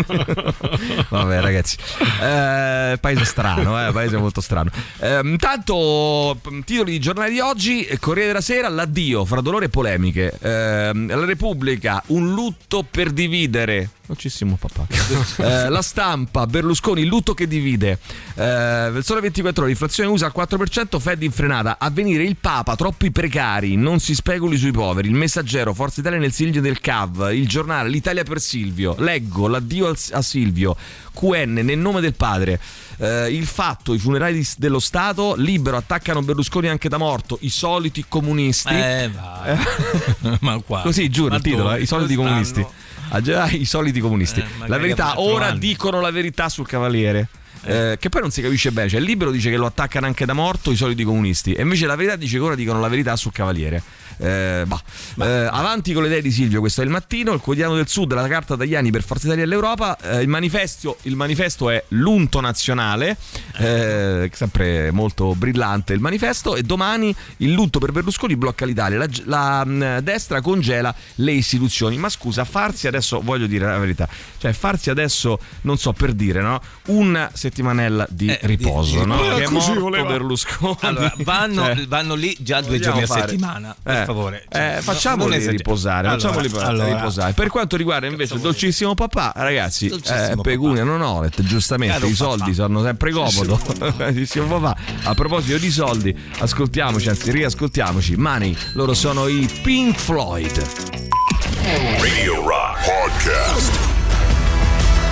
Vabbè ragazzi, eh, paese strano, eh, paese molto strano. Eh, intanto titoli di giornale di oggi: Corriere della Sera, l'addio fra dolore e polemiche. Eh, La Repubblica, un lutto per dividere. Dolcissimo papà. Eh, La Stampa, Berlusconi, il lutto che divide. Eh, il Sole ventiquattro ore, inflazione U S A al quattro per cento, Fed in frenata. Avvenire, il Papa, troppi precari, non si speculi sui poveri. Il Messaggero, Forza Italia nel siglio del C A V. Il Giornale, l'Italia per Silvio. Leggo, l'addio al, a Silvio. Q N, nel nome del padre. Eh, il Fatto, i funerali di, dello Stato. Libero, attaccano Berlusconi anche da morto. I soliti comunisti. Eh, vai. Ma qua. Così, giuro, ma il titolo, dove, eh, i soliti comunisti. Ah, già, i soliti comunisti. Eh, la verità, ora anni. dicono la verità sul Cavaliere. Eh, che poi non si capisce bene, cioè il Libero dice che lo attaccano anche da morto i soliti comunisti, e invece la verità dice che ora dicono la verità sul Cavaliere. Eh, bah. eh, avanti con le idee di Silvio, questo è Il Mattino. Il Quotidiano del Sud, la carta Tajani per Forza Italia all'Europa. eh, il, manifesto, il manifesto è l'unto nazionale, eh, sempre molto brillante il manifesto. E domani il lutto per Berlusconi blocca l'Italia, la, la mh, destra congela le istituzioni. Ma scusa, farsi adesso, voglio dire la verità, cioè farsi adesso, non so, per dire, no, un settimanella di eh, riposo, di, no? Che è morto voleva. Berlusconi. Allora, vanno, cioè, vanno lì già due giorni fare. a settimana. Per eh, favore, cioè, eh, facciamoli no, riposare, allora, facciamoli allora, riposare. Per quanto riguarda invece il dolcissimo papà, ragazzi, dolcissimo eh, pecunia non olet, giustamente. Caro i soldi papà. Sono sempre comodo. Dolcissimo papà. A proposito di soldi, ascoltiamoci, anzi riascoltiamoci Money. Loro sono i Pink Floyd. Radio Rock Podcast. La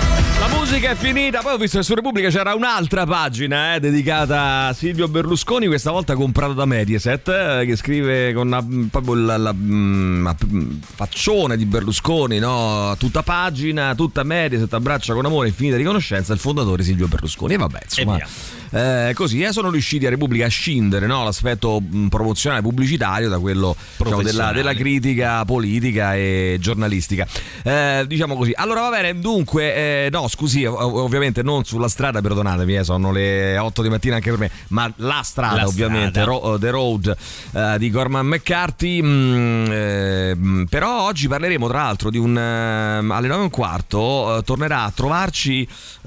Musica è finita, poi ho visto che su Repubblica c'era un'altra pagina eh, dedicata a Silvio Berlusconi, questa volta comprata da Mediaset, eh, che scrive con una, proprio la, la, la faccione di Berlusconi, no? Tutta pagina, tutta Mediaset, abbraccia con amore, infinita riconoscenza il fondatore Silvio Berlusconi. E vabbè, insomma, eh, così eh, sono riusciti a Repubblica a scindere, no? L'aspetto mh, promozionale pubblicitario da quello, diciamo, della, della critica politica e giornalistica, eh, diciamo così. Allora va bene, dunque eh, no scusi, ovviamente non sulla strada, perdonatemi, eh, sono le otto di mattina anche per me, ma la strada la ovviamente strada. Ro- The Road uh, di Cormac McCarthy. mm, eh, però oggi parleremo tra l'altro di un uh, alle nove e un quarto uh, tornerà a trovarci uh,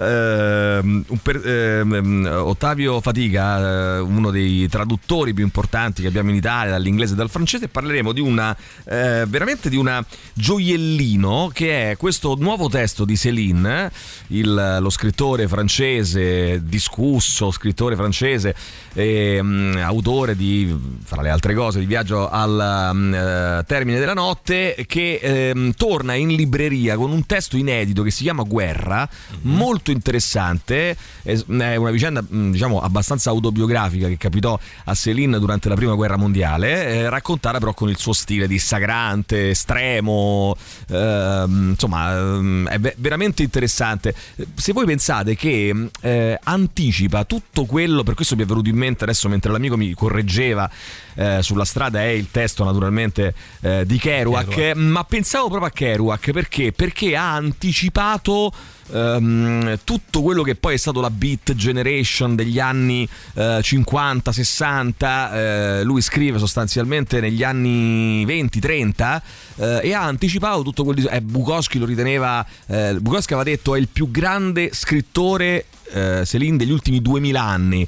un per, uh, Ottavio Fatica, uh, uno dei traduttori più importanti che abbiamo in Italia dall'inglese e dal francese, e parleremo di una uh, veramente di una gioiellino che è questo nuovo testo di Céline, il, lo scrittore francese discusso, scrittore francese e um, autore di, fra le altre cose, di Viaggio al um, termine della notte, che um, torna in libreria con un testo inedito che si chiama Guerra, mm-hmm. molto interessante. È una vicenda, diciamo, abbastanza autobiografica che capitò a Céline durante la prima guerra mondiale, eh, raccontata però con il suo stile dissacrante, estremo, eh, insomma è veramente interessante. Se voi pensate che eh, anticipa tutto quello, per questo mi è venuto in mente adesso mentre l'amico mi correggeva, eh, sulla strada è il testo naturalmente eh, di Kerouac, Kerouac, ma pensavo proprio a Kerouac perché perché ha anticipato Um, tutto quello che poi è stato la beat generation degli anni uh, cinquanta sessanta. Uh, lui scrive sostanzialmente negli anni venti trenta uh, e ha anticipato tutto quel dis- eh, Bukowski lo riteneva, uh, Bukowski aveva detto è il più grande scrittore Uh, Céline degli ultimi duemila anni.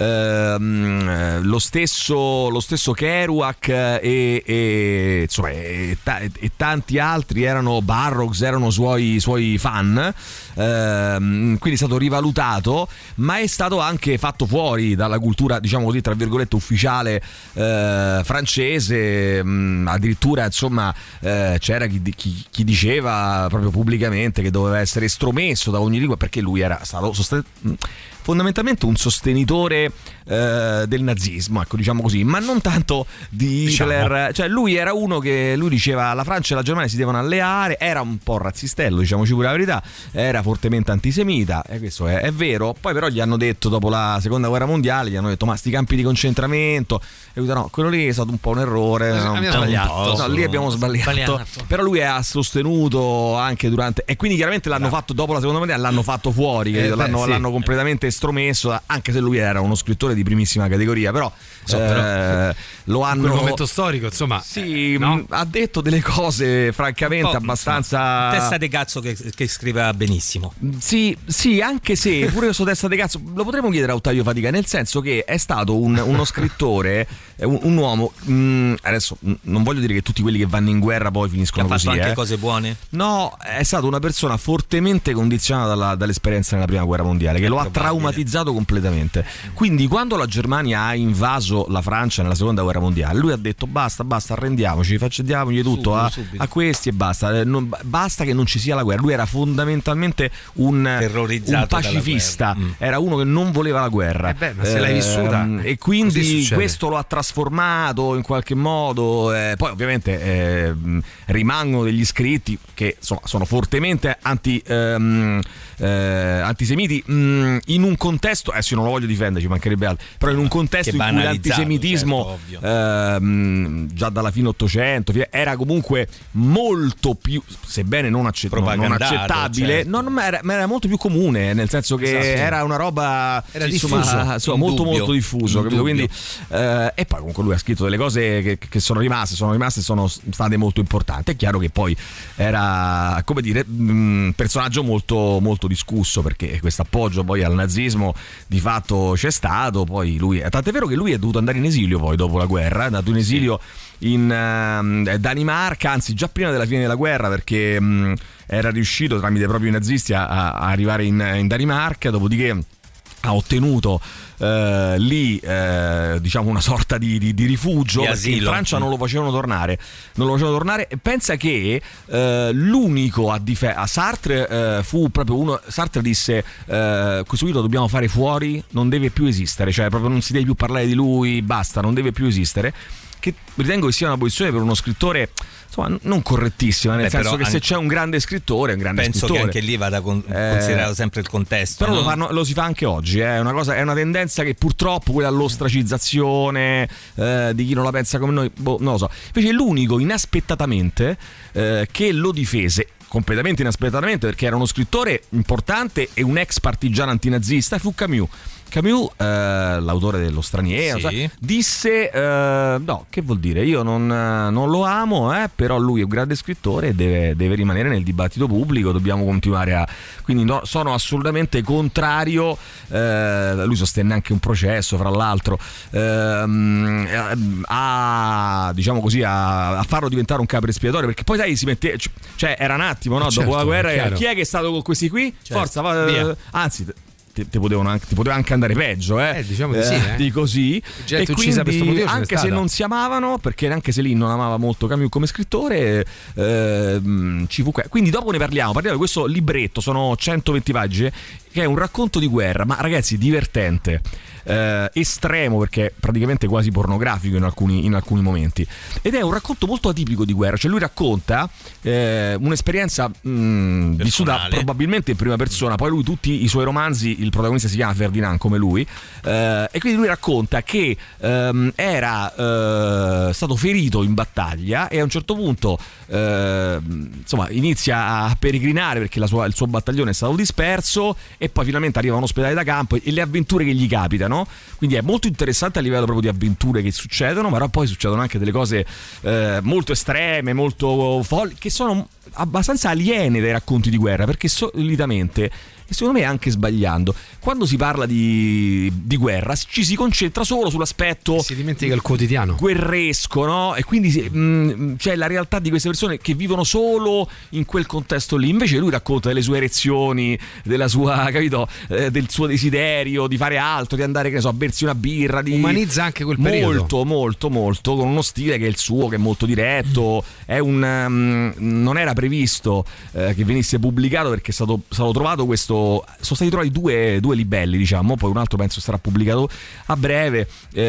Uh, lo stesso lo stesso Kerouac e, e insomma e, e, e tanti altri erano Burroughs, erano suoi suoi fan, uh, quindi è stato rivalutato, ma è stato anche fatto fuori dalla cultura, diciamo così, tra virgolette ufficiale uh, francese. Um, addirittura insomma uh, c'era chi, chi, chi diceva proprio pubblicamente che doveva essere estromesso da ogni lingua perché lui era stato sostanzialmente fondamentalmente un sostenitore eh, del nazismo, ecco, diciamo così, ma non tanto di Hitler, diciamo. Cioè lui era uno che lui diceva la Francia e la Germania si devono alleare, era un po' razzistello, diciamoci pure la verità, era fortemente antisemita, e questo è, è vero. Poi però gli hanno detto, dopo la seconda guerra mondiale, gli hanno detto ma sti campi di concentramento, e lui no, quello lì è stato un po' un errore, no, un po', no, lì abbiamo sbagliato. sbagliato però lui ha sostenuto anche durante, e quindi chiaramente l'hanno no. fatto dopo la seconda guerra mondiale, l'hanno fatto fuori, eh, l'hanno, beh, sì. l'hanno completamente estromesso, anche se lui era uno scrittore di primissima categoria, però, so, eh, però lo hanno, in quel momento storico, insomma, sì, no? mh, ha detto delle cose francamente abbastanza, testa di cazzo che, che scriveva benissimo. Sì, sì, anche se pure questo testa di cazzo lo potremmo chiedere a Ottavio Fatica, nel senso che è stato un, uno scrittore, un, un uomo, mh, adesso mh, non voglio dire che tutti quelli che vanno in guerra poi finiscono così, ha fatto anche eh. cose buone. No, è stata una persona fortemente condizionata dalla, dall'esperienza nella prima guerra mondiale, che è lo probabile. ha traumatizzato completamente. Quindi quando la Germania ha invaso la Francia nella seconda guerra mondiale, lui ha detto basta, basta, arrendiamoci, facciamogli tutto subito, a, subito. a questi e basta, non, basta che non ci sia la guerra. Lui era fondamentalmente un, un pacifista, mm. era uno che non voleva la guerra. Eh beh, ma se l'hai vissuta, eh, e quindi questo lo ha trasformato in qualche modo. Eh, poi ovviamente eh, rimangono degli scritti che insomma sono fortemente anti, ehm, eh, antisemiti, mh, in un contesto, adesso io non lo voglio difendere, ci mancherebbe altro, però in un contesto in cui l'antisemitismo, certo, ehm, già dalla fine Ottocento era comunque molto più, sebbene non, accett- non accettabile, certo. non, ma, era, ma era molto più comune, nel senso che esatto. era una roba era insomma, diffuso, insomma, molto dubbio, molto diffuso, capito? Quindi, eh, e poi comunque lui ha scritto delle cose che, che sono rimaste, sono rimaste, sono state molto importanti. È chiaro che poi era, come dire, un personaggio molto, molto discusso, perché questo appoggio poi al nazismo di fatto c'è stato. Poi lui, tant'è vero che lui è dovuto andare in esilio poi dopo la guerra, è andato in esilio in uh, Danimarca, anzi già prima della fine della guerra, perché um, era riuscito tramite proprio i nazisti a, a arrivare in, in Danimarca, dopodiché ha ottenuto eh, lì eh, diciamo una sorta di, di, di rifugio, di perché asilo. in Francia non lo facevano tornare non lo facevano tornare e pensa che eh, l'unico a, dife- a Sartre eh, fu proprio uno. Sartre disse eh, questo qui lo dobbiamo fare fuori, non deve più esistere, cioè proprio non si deve più parlare di lui, basta, non deve più esistere, che ritengo che sia una posizione per uno scrittore insomma non correttissima, nel Beh, senso che anche, se c'è un grande scrittore è un grande penso scrittore. che anche lì vada con, eh, considerato sempre il contesto, però no? lo, fanno, lo si fa anche oggi, eh. È una cosa, è una tendenza che purtroppo quella all'ostracizzazione eh, di chi non la pensa come noi, boh, non lo so. Invece l'unico inaspettatamente eh, che lo difese completamente inaspettatamente, perché era uno scrittore importante e un ex partigiano antinazista, fu Camus. Camus, eh, l'autore dello Straniero, Sì. sai, disse eh, no, che vuol dire, io non, non lo amo, eh, però lui è un grande scrittore e deve, deve rimanere nel dibattito pubblico, dobbiamo continuare a... Quindi no, sono assolutamente contrario, eh, lui sostenne anche un processo fra l'altro, ehm, a, diciamo così, a, a farlo diventare un capro espiatorio, perché poi sai si mette, cioè era un attimo, no? Certo, dopo la guerra è chi è che è stato con questi qui? Certo. Forza, va, Via. anzi Ti, ti, potevano anche, ti poteva anche andare peggio, eh? Eh, diciamo di sì, eh. di così. Gente e uccisa per quindi, questo motivo ce n'è anche se stata. non si amavano, perché anche se lì non amava molto Camus come scrittore, eh, ci fu. Quindi dopo ne parliamo. Parliamo di questo libretto, sono centoventi pagine, che è un racconto di guerra, ma ragazzi, divertente. Eh, estremo, perché è praticamente quasi pornografico in alcuni, in alcuni momenti, ed è un racconto molto atipico di guerra, cioè lui racconta eh, un'esperienza mh, vissuta probabilmente in prima persona, poi lui tutti i suoi romanzi, il protagonista si chiama Ferdinand come lui, eh, e quindi lui racconta che ehm, era eh, stato ferito in battaglia e a un certo punto eh, insomma inizia a peregrinare perché la sua, il suo battaglione è stato disperso e poi finalmente arriva a un ospedale da campo e le avventure che gli capitano. Quindi è molto interessante a livello proprio di avventure che succedono, ma poi succedono anche delle cose eh, molto estreme, molto folli, che sono abbastanza aliene dai racconti di guerra, perché solitamente, e secondo me anche sbagliando, quando si parla di, di guerra ci si concentra solo sull'aspetto, si dimentica il quotidiano guerresco, no? E quindi mh, c'è la realtà di queste persone che vivono solo in quel contesto lì. Invece lui racconta delle sue erezioni, della sua, capito, eh, del suo desiderio di fare altro, di andare, che ne so, a bersi una birra, di... umanizza anche quel periodo molto molto molto, con uno stile che è il suo, che è molto diretto. È un um, non era previsto eh, che venisse pubblicato, perché è stato, è stato trovato questo, sono stati trovati due, due libelli, diciamo, poi un altro penso sarà pubblicato a breve,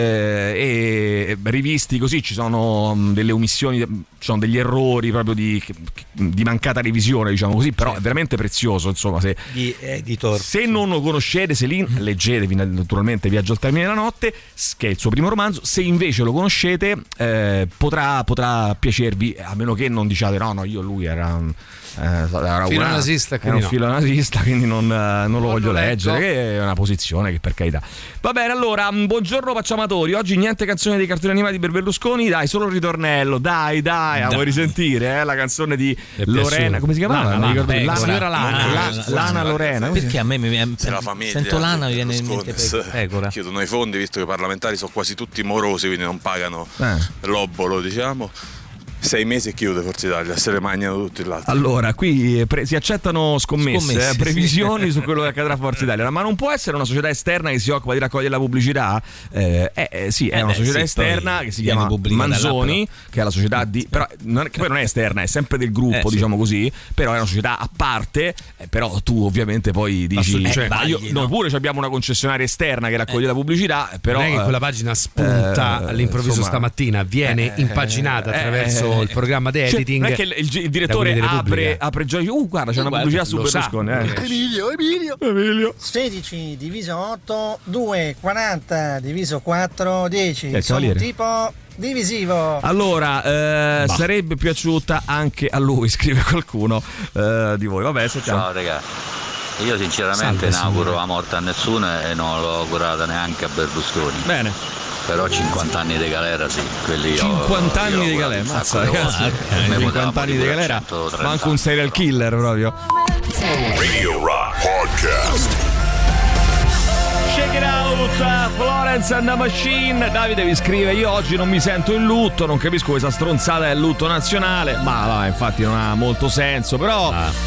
eh, e rivisti così ci sono um, delle omissioni, ci sono degli errori proprio di, di mancata revisione, diciamo così, però certo. È veramente prezioso, insomma, se, di editor. Se non lo conoscete, Céline, leggetevi naturalmente Viaggio al termine della notte, che è il suo primo romanzo. Se invece lo conoscete, eh, potrà, potrà piacervi, a meno che non diciate no, no, io lui era... Eh, era filo una, nazista, era un no. filo nazista, quindi non, non lo non voglio lo leggere, leggo. che è una posizione che per carità. Va bene, allora, buongiorno Pacciamatori. Oggi niente canzone dei cartoni animati per Berlusconi, dai, solo il ritornello, dai, dai, la vuoi risentire, eh? La canzone di Lorena, come si chiamava? Lana, Lana, Lana, la signora Lana, Lana, Lana, Lana Lorena. Perché a me mi viene, Se la famiglia, sento Lana mi viene in mente Berlusconi, Pecora. chiedono i fondi, visto che i parlamentari sono quasi tutti morosi, quindi non pagano Eh. l'obolo, diciamo. Sei mesi e chiude Forza Italia, se le mangiano tutti l'altro. Allora, qui pre- si accettano scommesse, Scommesse, eh, previsioni sì. su quello che accadrà a Forza Italia, ma non può essere una società esterna che si occupa di raccogliere la pubblicità? Eh, eh, eh, sì, è Eh una beh, società sì, esterna poi che si viene chiama pubblicata Manzoni, là, che è la società di... Però, non è, che poi non è esterna, è sempre del gruppo, Eh, sì. diciamo così, però è una società a parte, eh, però tu ovviamente poi dici... Ma su- cioè, ma io, sbagli, noi no? pure abbiamo una concessionaria esterna che raccoglie la pubblicità, però... non è che quella eh, pagina spunta eh, all'improvviso insomma, stamattina, viene eh, impaginata eh, attraverso eh, il programma di cioè, editing. non è che il, il, il direttore da quelli della apre, Repubblica. apre già, uh guarda c'è Uh, una guarda, pubblicità su lo sa. Berlusconi, eh. Emilio, Emilio. Emilio. sedici diviso otto, due, quaranta diviso quattro, dieci. Eh, Sono un cavaliere. tipo divisivo. Allora, eh, sarebbe piaciuta anche a lui, scrive qualcuno eh, di voi. Vabbè, sentiamo. Ciao raga, io sinceramente Salve, non auguro signore. la morte a nessuno e non l'ho augurata neanche a Berlusconi. Bene. Però cinquanta anni di galera sì, quelli io- cinquanta io anni ho di augurato galera, un mazza sacco di ragazzi, volte. Me poteva cinquanta anni di morire a galera, centotrenta manco un serial killer proprio. Radio Rock Podcast. Shake it out, Florence and the Machine. Davide vi scrive: io oggi non mi sento in lutto, non capisco questa stronzata del lutto nazionale, ma va, infatti non ha molto senso, però... Ah.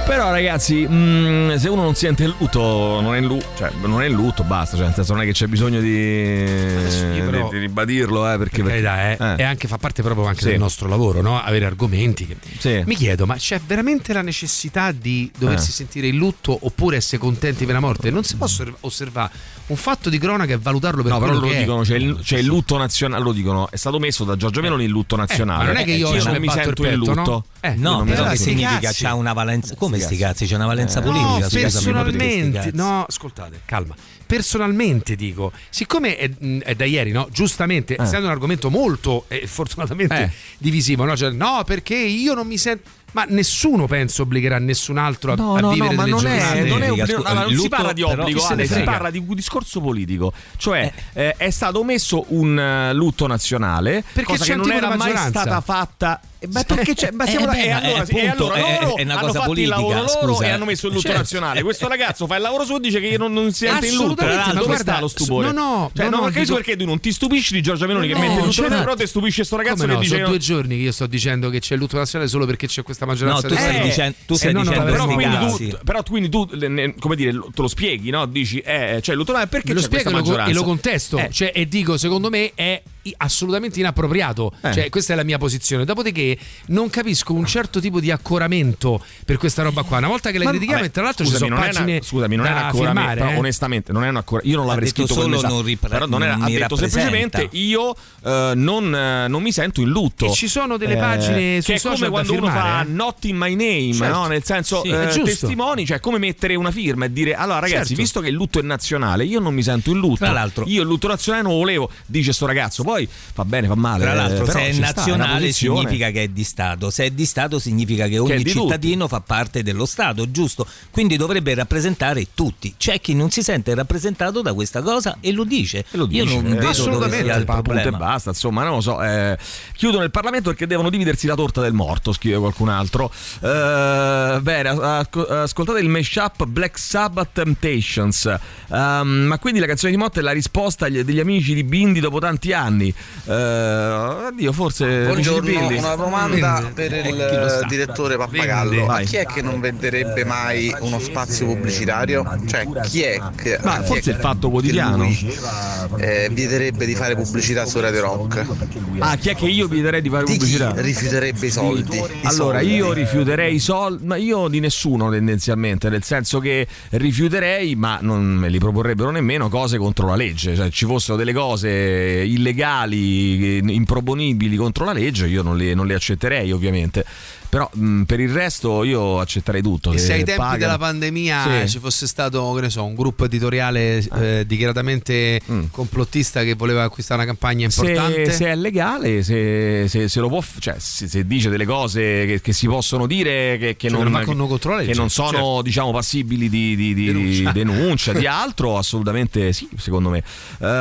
Però ragazzi, mh, se uno non sente il lutto, non è in lutto, cioè non è in lutto, basta, cioè nel senso non è che c'è bisogno di, però, di, di ribadirlo, eh, perché, per carità, perché eh, eh. e anche fa parte proprio anche Sì. del nostro lavoro, no? Avere argomenti che... Sì. Mi chiedo, ma c'è veramente la necessità di doversi Eh. sentire il lutto oppure essere contenti per la morte? Non si può osserv- osservare un fatto di cronaca e valutarlo per No, però quello lo che dicono, è. c'è il, c'è il lutto nazionale, lo dicono, è stato messo da Giorgio Meloni il lutto nazionale. ma non è che io Eh, oggi non mi mi batto sento il il petto, lutto. no? Eh, No, non mi però sento che il lutto. significa? C'ha una valenza. Come sti cazzi? C'è una valenza politica? No, Scusami, personalmente, cazzi. no, ascoltate, calma. Personalmente dico, siccome è, è da ieri, no? Giustamente, Eh. essendo un argomento molto eh, fortunatamente Eh. divisivo, no? Cioè, no, perché io non mi sento. Ma nessuno penso obbligherà nessun altro a, No, a no, vivere no, ma delle non è, giornate. non è un, Significa, no, no, non il si lutto, parla di però, obbligo, chi se ne Ale, si frega? parla di un discorso politico, cioè eh, è stato messo un eh, lutto nazionale, Perché cosa c'è che un non tipo era di mai maggioranza. stata fatta. Eh, beh, perché c'è, beh, siamo- Eh, beh, e ma allora, è e appunto, allora è- loro è una hanno cosa fatto politica, il lavoro loro scusa. e hanno messo il lutto Certo. nazionale. Questo ragazzo fa il lavoro suo e dice che io non, non sente il lutto. Assolutamente, Dove ma sta guarda, lo stupore? no, no, cioè, no, non no, capisco dico- perché tu non ti stupisci di Giorgia Meloni che No, mette il lutto, cioè, però ti stupisce sto ragazzo Come che no, dice sono che due giorni che io sto dicendo che c'è il lutto nazionale solo perché c'è questa maggioranza. No, tu di- stai Eh, dicendo, tu se stai no non dicendo però sti quindi, cazzi. tu, però quindi tu le- ne- come dire te lo spieghi, no? Dici eh, cioè il lutto nazionale perché Ve lo c'è spiego questa e lo, co- maggioranza e lo contesto, Eh. cioè, e dico secondo me è i- assolutamente inappropriato, Eh. cioè questa è la mia posizione. Dopodiché non capisco un certo tipo di accoramento per questa roba qua. Una volta che la Ma- critichiamo, vabbè, e tra l'altro scusami, ci sono non è pagine una, scusami, non è un da accoramento, firmare, però eh. onestamente non è un accoramento. Io non l'avrei Ha detto scritto come solo messaggio, non ripre- però non era, non ha mi detto rappresenta. semplicemente io eh, non, eh, non mi sento in lutto. E ci sono delle pagine sui che è social come da quando uno firmare, fa eh. not in my name, Certo. no? Nel senso Sì, eh, è giusto. testimoni, cioè come mettere una firma e dire allora ragazzi, Certo. visto che il lutto è nazionale, io non mi sento in lutto. Tra l'altro- io il lutto nazionale non lo volevo, dice sto ragazzo. Poi fa bene, fa male. Tra l'altro, eh, però se è ci sta, una nazionale posizione. significa che è di Stato, se è di Stato significa che Che è ogni di cittadino fa parte dello Stato, giusto? Quindi dovrebbe rappresentare tutti. C'è chi non si sente rappresentato da questa cosa e lo dice. E lo Io dice, non eh, vedo dove assolutamente, sia il pa- punto e problema. basta, insomma, non lo so. Eh, chiudono il Parlamento perché devono dividersi la torta del morto, scrive qualcun altro. Eh, bene, asco- ascoltate il mashup Black Sabbath Temptations. Ehm, ma quindi la canzone di Motta è la risposta agli- degli amici di Bindi dopo tanti anni. Eh, oddio, forse amici di Buongiorno, Bindi. una domanda Bindi. per Eh, il chi lo sa. direttore Pappagallo. Bindi. Ma Vai. chi è che non venderebbe mai uno spazio pubblicitario? Cioè, chi è che, Ma chi è forse che- il Fatto Quotidiano. che lui, eh, vieterebbe di fare pubblicità su Radio Rock? Ah, chi è che io viederei di fare Di chi pubblicità? rifiuterebbe i soldi? I Allora, soldi. io rifiuterei i soldi, ma io di nessuno tendenzialmente, nel senso che rifiuterei, ma non me li proporrebbero nemmeno cose contro la legge, cioè ci fossero delle cose illegali, improponibili contro la legge, io non le, non le accetterei ovviamente. Però mh, per il resto io accetterei tutto. E se ai che tempi pagano. della pandemia Sì. ci fosse stato, che ne so, un gruppo editoriale eh, dichiaratamente complottista che voleva acquistare una campagna importante, Se, se è legale, se, se, se lo può, f- cioè se, se dice delle cose che, che si possono dire che, che Cioè, non, non va con- che, contro la legge, che non sono certo. diciamo passibili di, di, di Denuncia. denuncia, di altro, assolutamente sì, secondo me.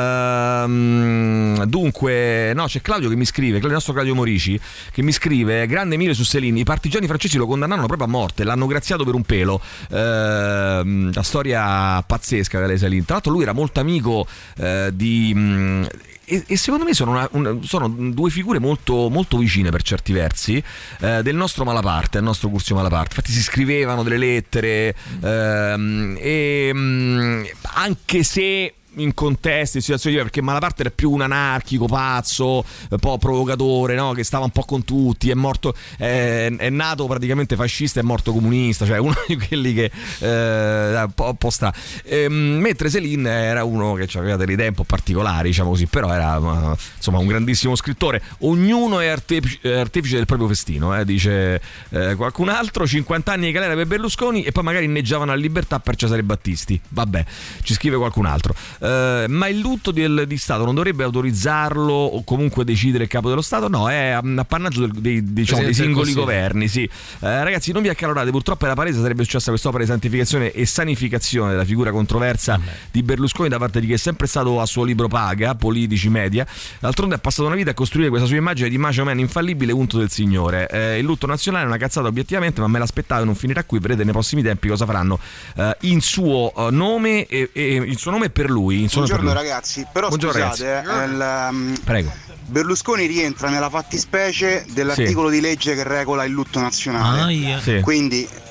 Ehm, dunque, no, c'è Claudio che mi scrive, il nostro Claudio Morici, che mi scrive: grande Emilio Susselini, i partigiani francesi lo condannarono proprio a morte, l'hanno graziato per un pelo. Ehm, la storia pazzesca della Salini. Tra l'altro lui era molto amico eh, di... mh, e, e secondo me sono, una, una, sono due figure molto, molto vicine per certi versi eh, del nostro Malaparte, del nostro Curzio Malaparte. Infatti si scrivevano delle lettere ehm, e mh, anche se in contesti, in situazioni diverse, perché Malaparte era più un anarchico pazzo, un po' provocatore, no? Che stava un po' con tutti, è morto, è, è nato praticamente fascista e è morto comunista, cioè uno di quelli che eh, un po', un po' sta. Ehm, mentre Céline era uno che aveva delle idee un po' particolari, diciamo così, però era uh, insomma un grandissimo scrittore. Ognuno è artefice, artefice del proprio festino, eh, dice eh, qualcun altro. cinquanta anni di galera per Berlusconi e poi magari inneggiavano a libertà per Cesare Battisti. Vabbè, ci scrive qualcun altro. Uh, ma il lutto del, di Stato non dovrebbe autorizzarlo o comunque decidere il capo dello Stato? No, è appannaggio del, dei, diciamo, dei singoli governi, sì. Uh, ragazzi, non vi accalorate, purtroppo era palese sarebbe successa quest'opera di santificazione e sanificazione della figura controversa mm. di Berlusconi da parte di chi è sempre stato a suo libro paga, politici, media. D'altronde ha passato una vita a costruire questa sua immagine di macho man infallibile, unto del Signore. Uh, il lutto nazionale è una cazzata obiettivamente, ma me l'aspettavo e non finirà qui. Vedrete nei prossimi tempi cosa faranno uh, in suo uh, nome e, e il suo nome è per lui. In suo Buongiorno per lui. ragazzi, però Buongiorno, scusate, eh, il, um, Prego. Berlusconi rientra nella fattispecie dell'articolo Sì. di legge che regola il lutto nazionale. Ah, yeah. Sì. Quindi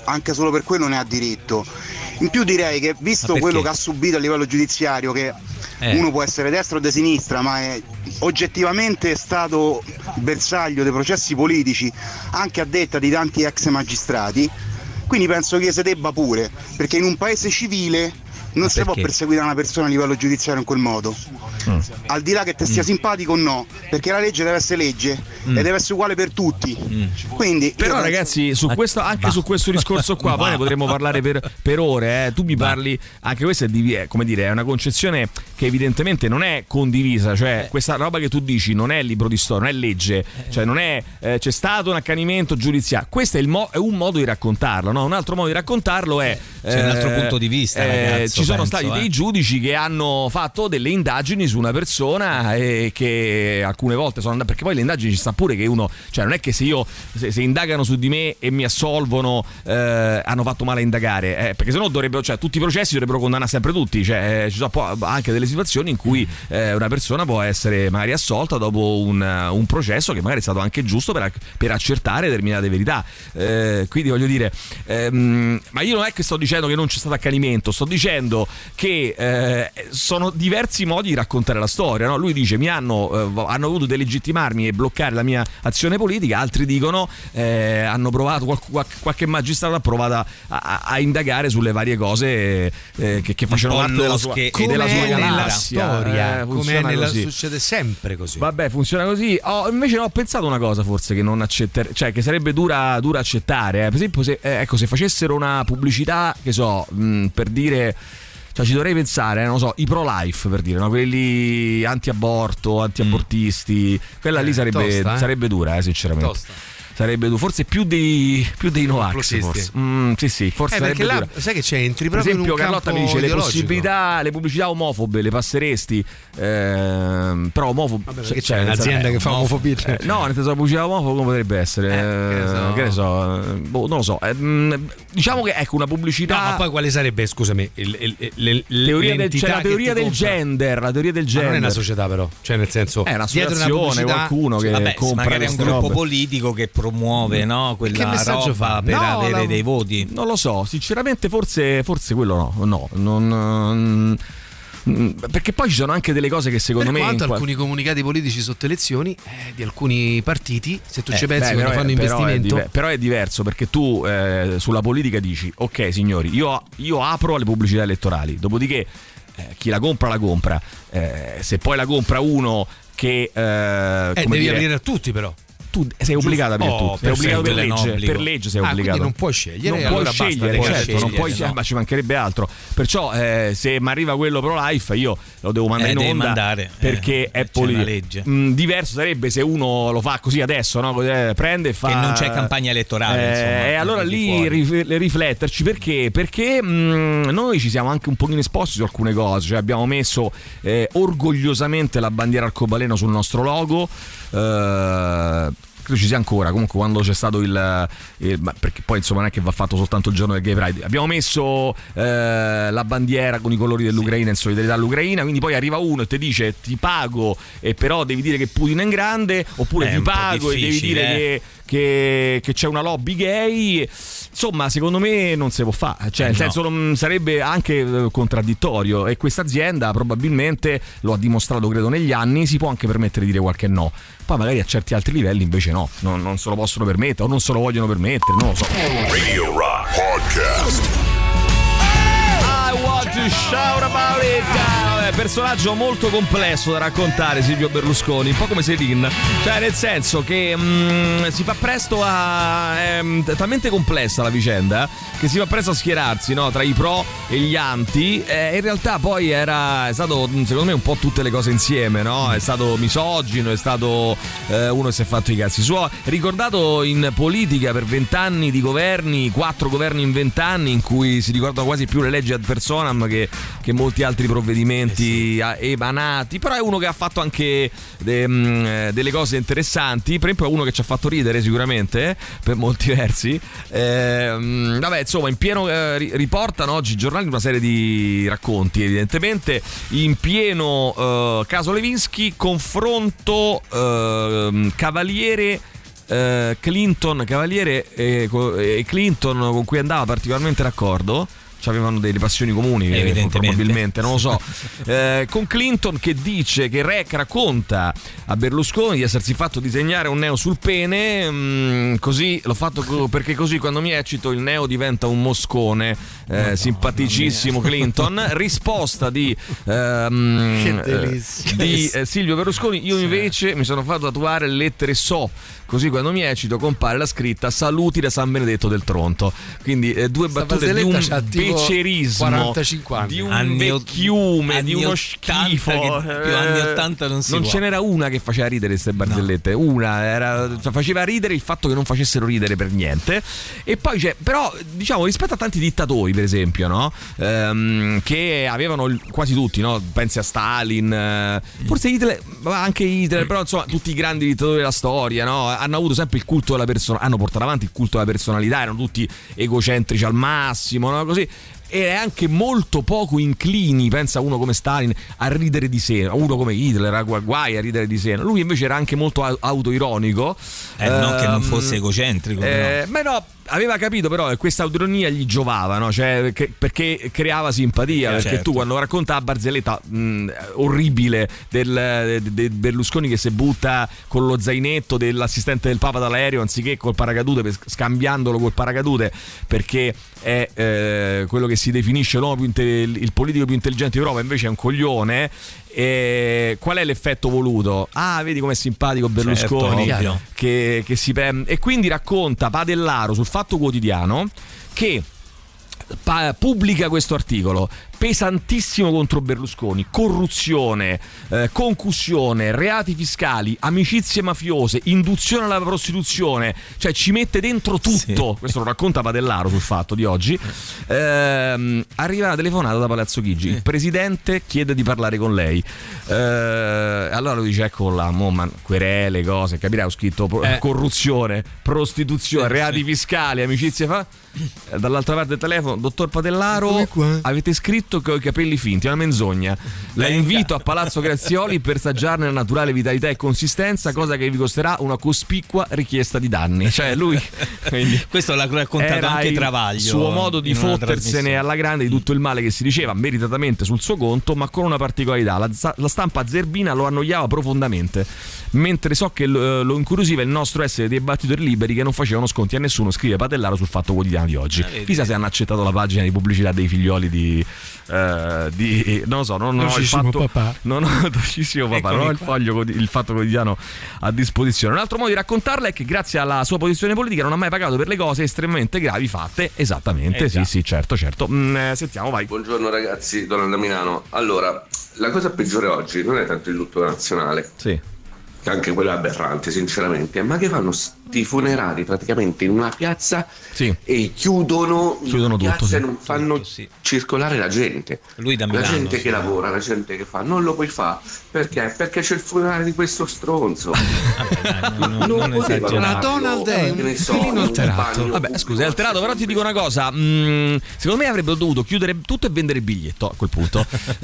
anche solo per quello ne ha diritto. In più direi che visto quello che ha subito a livello giudiziario, che eh. uno può essere destra o di sinistra, ma è oggettivamente stato bersaglio dei processi politici anche a detta di tanti ex magistrati, quindi penso che si debba pure, perché in un paese civile non si può perseguire una persona a livello giudiziario in quel modo, mm. al di là che ti sia mm. simpatico o no, perché la legge deve essere legge mm. e deve essere uguale per tutti. mm. Quindi però penso... ragazzi, su questo, anche bah. su questo discorso qua poi ne potremmo parlare per, per ore, eh. tu mi parli, anche questa è, di, è come dire, è una concezione che evidentemente non è condivisa, cioè eh. questa roba che tu dici non è libro di storia, non è legge, eh. cioè non è eh, c'è stato un accanimento giudiziario, questo è, il mo- è un modo di raccontarlo, no? Un altro modo di raccontarlo è c'è eh, un altro punto di vista, eh, ragazzo, ci sono penso, stati eh. dei giudici che hanno fatto delle indagini su una persona e che alcune volte sono andati, perché poi le indagini ci sta pure che uno, cioè non è che se io se, se indagano su di me e mi assolvono eh, hanno fatto male a indagare, eh, perché sennò dovrebbero, cioè tutti i processi dovrebbero condannare sempre tutti, cioè eh, ci sono anche delle situazioni in cui eh, una persona può essere magari assolta dopo un, un processo che magari è stato anche giusto per, per accertare determinate verità, eh, quindi voglio dire ehm, ma io non è che sto dicendo che non c'è stato accanimento, sto dicendo che eh, sono diversi modi di raccontare la storia, no? Lui dice mi hanno, eh, hanno voluto delegittimarmi e bloccare la mia azione politica, altri dicono eh, hanno provato, qualche, qualche magistrato ha provato a, a, a indagare sulle varie cose eh, che, che facevano parte della sua, della sua galassia, storia, eh, come nella, succede sempre così. Vabbè, funziona così. Oh, invece no, ho pensato una cosa forse che non accettare, cioè che sarebbe dura, dura accettare, eh. Per esempio se, eh, ecco, se facessero una pubblicità, che so, mh, per dire, cioè ci dovrei pensare, eh, non so, i pro-life per dire, no? Quelli anti-aborto, anti-abortisti, quella eh, lì sarebbe, tosta, eh? sarebbe dura, eh, sinceramente. Tosta. Sarebbe forse più dei più dei Novax, forse. Mm, sì, sì, forse eh, perché là, dura. sai che c'è, entri per proprio esempio, in un Carlotta mi dice ideologico. le possibilità, le pubblicità omofobe le passeresti, ehm, però omofobe. Vabbè, perché c'è, c'è un'azienda eh, che fa omofobia? Eh, no, nel senso la pubblicità omofoba come potrebbe essere? Eh, che ne so, che ne so boh, non lo so. Eh, diciamo che ecco una pubblicità. No, ma poi quale sarebbe, scusami, il, il, il, il, teoria del, c'è la teoria del gender, la teoria del gender. Ma non è una società, però, cioè nel senso è un'associazione, qualcuno che vabbè, compra magari è un gruppo robe. politico che promuove, no? Quella roba fa? Per no, avere la... dei voti. Non lo so, sinceramente forse, forse quello no, no, non, perché poi ci sono anche delle cose che secondo per me quanto in... alcuni comunicati politici sotto elezioni eh, di alcuni partiti, se tu eh, ci pensi, beh, quando fanno è, investimento però è, diver- però è diverso, perché tu eh, sulla politica dici ok signori, io, io apro alle pubblicità elettorali, dopodiché eh, chi la compra la compra, eh, se poi la compra uno che eh, eh, come devi dire, aprire a tutti, però tu sei obbligato a aprire oh, tutto, sei obbligato per legge, per legge sei ah, obbligato. Quindi non puoi scegliere, non allora puoi scegliere, basta, certo, scegliere, non puoi, no. ma ci mancherebbe altro. Perciò eh, se mi arriva quello pro life io lo devo mandare eh, in onda mandare, perché eh, è politica. Mm, diverso sarebbe se uno lo fa così adesso, no? Eh, prende e fa che non c'è campagna elettorale, eh, insomma, e allora lì rif- rifletterci perché perché mh, noi ci siamo anche un pochino esposti su alcune cose, cioè abbiamo messo eh, orgogliosamente la bandiera arcobaleno sul nostro logo. Eh, ci sia ancora, comunque quando c'è stato il, il perché poi insomma non è che va fatto soltanto il giorno del Gay Pride, abbiamo messo eh, la bandiera con i colori dell'Ucraina, sì, in solidarietà all'Ucraina, quindi poi arriva uno e ti dice ti pago e però devi dire che Putin è in grande, oppure è ti pago e devi dire eh. che Che, che c'è una lobby gay, insomma secondo me non si può fare, cioè nel no. senso non sarebbe anche contraddittorio, e questa azienda probabilmente lo ha dimostrato credo negli anni, si può anche permettere di dire qualche no, poi magari a certi altri livelli invece no, non, non se lo possono permettere o non se lo vogliono permettere, non lo so. Radio Rock Podcast. I want to shout about it. Personaggio molto complesso da raccontare, Silvio Berlusconi, un po' come Selin, cioè nel senso che mh, si fa presto a è talmente complessa la vicenda che si fa presto a schierarsi, no, tra i pro e gli anti, e in realtà poi era è stato secondo me un po' tutte le cose insieme, no? È stato misogino, è stato eh, uno che si è fatto i cazzi suoi, ricordato in politica per vent'anni di governi, quattro governi in vent'anni in cui si ricordano quasi più le leggi ad personam che, che molti altri provvedimenti emanati, però è uno che ha fatto anche de, mh, delle cose interessanti, per esempio è uno che ci ha fatto ridere sicuramente, eh, per molti versi, eh, mh, vabbè insomma in pieno eh, riportano oggi i giornali una serie di racconti, evidentemente in pieno eh, caso Levinsky, confronto eh, Cavaliere eh, Clinton Cavaliere e, e Clinton, con cui andava particolarmente d'accordo. Avevano delle passioni comuni, evidentemente, probabilmente, non lo so. Eh, con Clinton che dice che Rec racconta a Berlusconi di essersi fatto disegnare un neo sul pene, mh, così l'ho fatto perché così quando mi eccito il neo diventa un moscone. Eh, simpaticissimo Clinton. Risposta di, ehm, eh, di eh, Silvio Berlusconi: io invece mi sono fatto tatuare le lettere So, così quando mi eccito compare la scritta saluti da San Benedetto del Tronto. Quindi eh, due battute di un becerismo, quarantacinque anni. di un Anni, vecchiume, anni di uno ottanta, schifo. che più anni ottanta non si non può. ce n'era una che faceva ridere queste barzellette. No. Una era, faceva ridere il fatto che non facessero ridere per niente. E poi c'è, però, diciamo, rispetto a tanti dittatori, per esempio, no? Ehm, che avevano il, quasi tutti, no? Pensi a Stalin, eh, forse Hitler, anche Hitler, però insomma tutti i grandi dittatori della storia, no? Hanno avuto sempre il culto della persona, hanno portato avanti il culto della personalità, erano tutti egocentrici al massimo, no? Così. E anche molto poco inclini, pensa uno come Stalin, a ridere di sé, uno come Hitler, a guai a ridere di sé. Lui invece era anche molto autoironico. Eh, eh, non che non fosse egocentrico. Eh, beh no, aveva capito però che questa autoironia gli giovava, no? Cioè, che, perché creava simpatia, eh, perché certo. Tu quando racconta la barzelletta mh, orribile del, de, de Berlusconi che si butta con lo zainetto dell'assistente del Papa dall'aereo anziché col paracadute, per, scambiandolo col paracadute, perché è eh, quello che si definisce l'uomo più inte- il politico più intelligente d'Europa, invece è un coglione. E qual è l'effetto voluto? Ah, vedi com'è simpatico Berlusconi, certo, che, che si pre- e quindi racconta Padellaro sul Fatto Quotidiano che pa- pubblica questo articolo pesantissimo contro Berlusconi: corruzione, eh, concussione, reati fiscali, amicizie mafiose, induzione alla prostituzione, cioè ci mette dentro tutto. Sì. Questo lo racconta Padellaro sul Fatto di oggi. Eh, arriva una telefonata da Palazzo Chigi, il presidente chiede di parlare con lei. Eh, allora lui dice: ecco là, mo, man, querele, cose, capirai, ho scritto pro- eh. corruzione, prostituzione, sì, reati sì. fiscali, amicizie fa. Dall'altra parte del telefono: dottor Padellaro, avete scritto che ho i capelli finti, è una menzogna. La invito a Palazzo Grazioli per assaggiarne la naturale vitalità e consistenza, cosa che vi costerà una cospicua richiesta di danni. Cioè lui questo l'ha raccontato anche Travaglio, il suo modo di fottersene alla grande di tutto il male che si diceva meritatamente sul suo conto, ma con una particolarità: la, la stampa zerbina lo annoiava profondamente, mentre so che lo, lo incuriosiva il nostro essere dei battitori liberi che non facevano sconti a nessuno, scrive Padellaro sul Fatto Quotidiano di oggi. Chissà se hanno accettato la pagina di pubblicità dei figlioli di Uh, di non lo so, non, non ho il fatto papà. non ho docissimo papà, non ho il, foglio, il Fatto Quotidiano a disposizione. Un altro modo di raccontarla è che grazie alla sua posizione politica non ha mai pagato per le cose estremamente gravi fatte. Esattamente, eh, sì, sì, certo, certo. Mm, eh, sentiamo, vai. Buongiorno ragazzi, Donald da Milano. Allora, la cosa peggiore oggi non è tanto il lutto nazionale. Sì. Che anche quello è aberrante, sinceramente, ma che fanno sti funerali praticamente in una piazza, sì, e chiudono, chiudono piazza tutto, sì. e non fanno tutto, sì, circolare la gente. Lui da Milano, la gente sì, che lavora, la gente che fa, non lo puoi fare perché? Perché c'è il funerale di questo stronzo. Vabbè, dai, non, non, non la Donald è un filino alterato. Vabbè, scusa, è alterato, però ti dico una cosa. Mm, secondo me avrebbero dovuto chiudere tutto e vendere il biglietto a quel punto.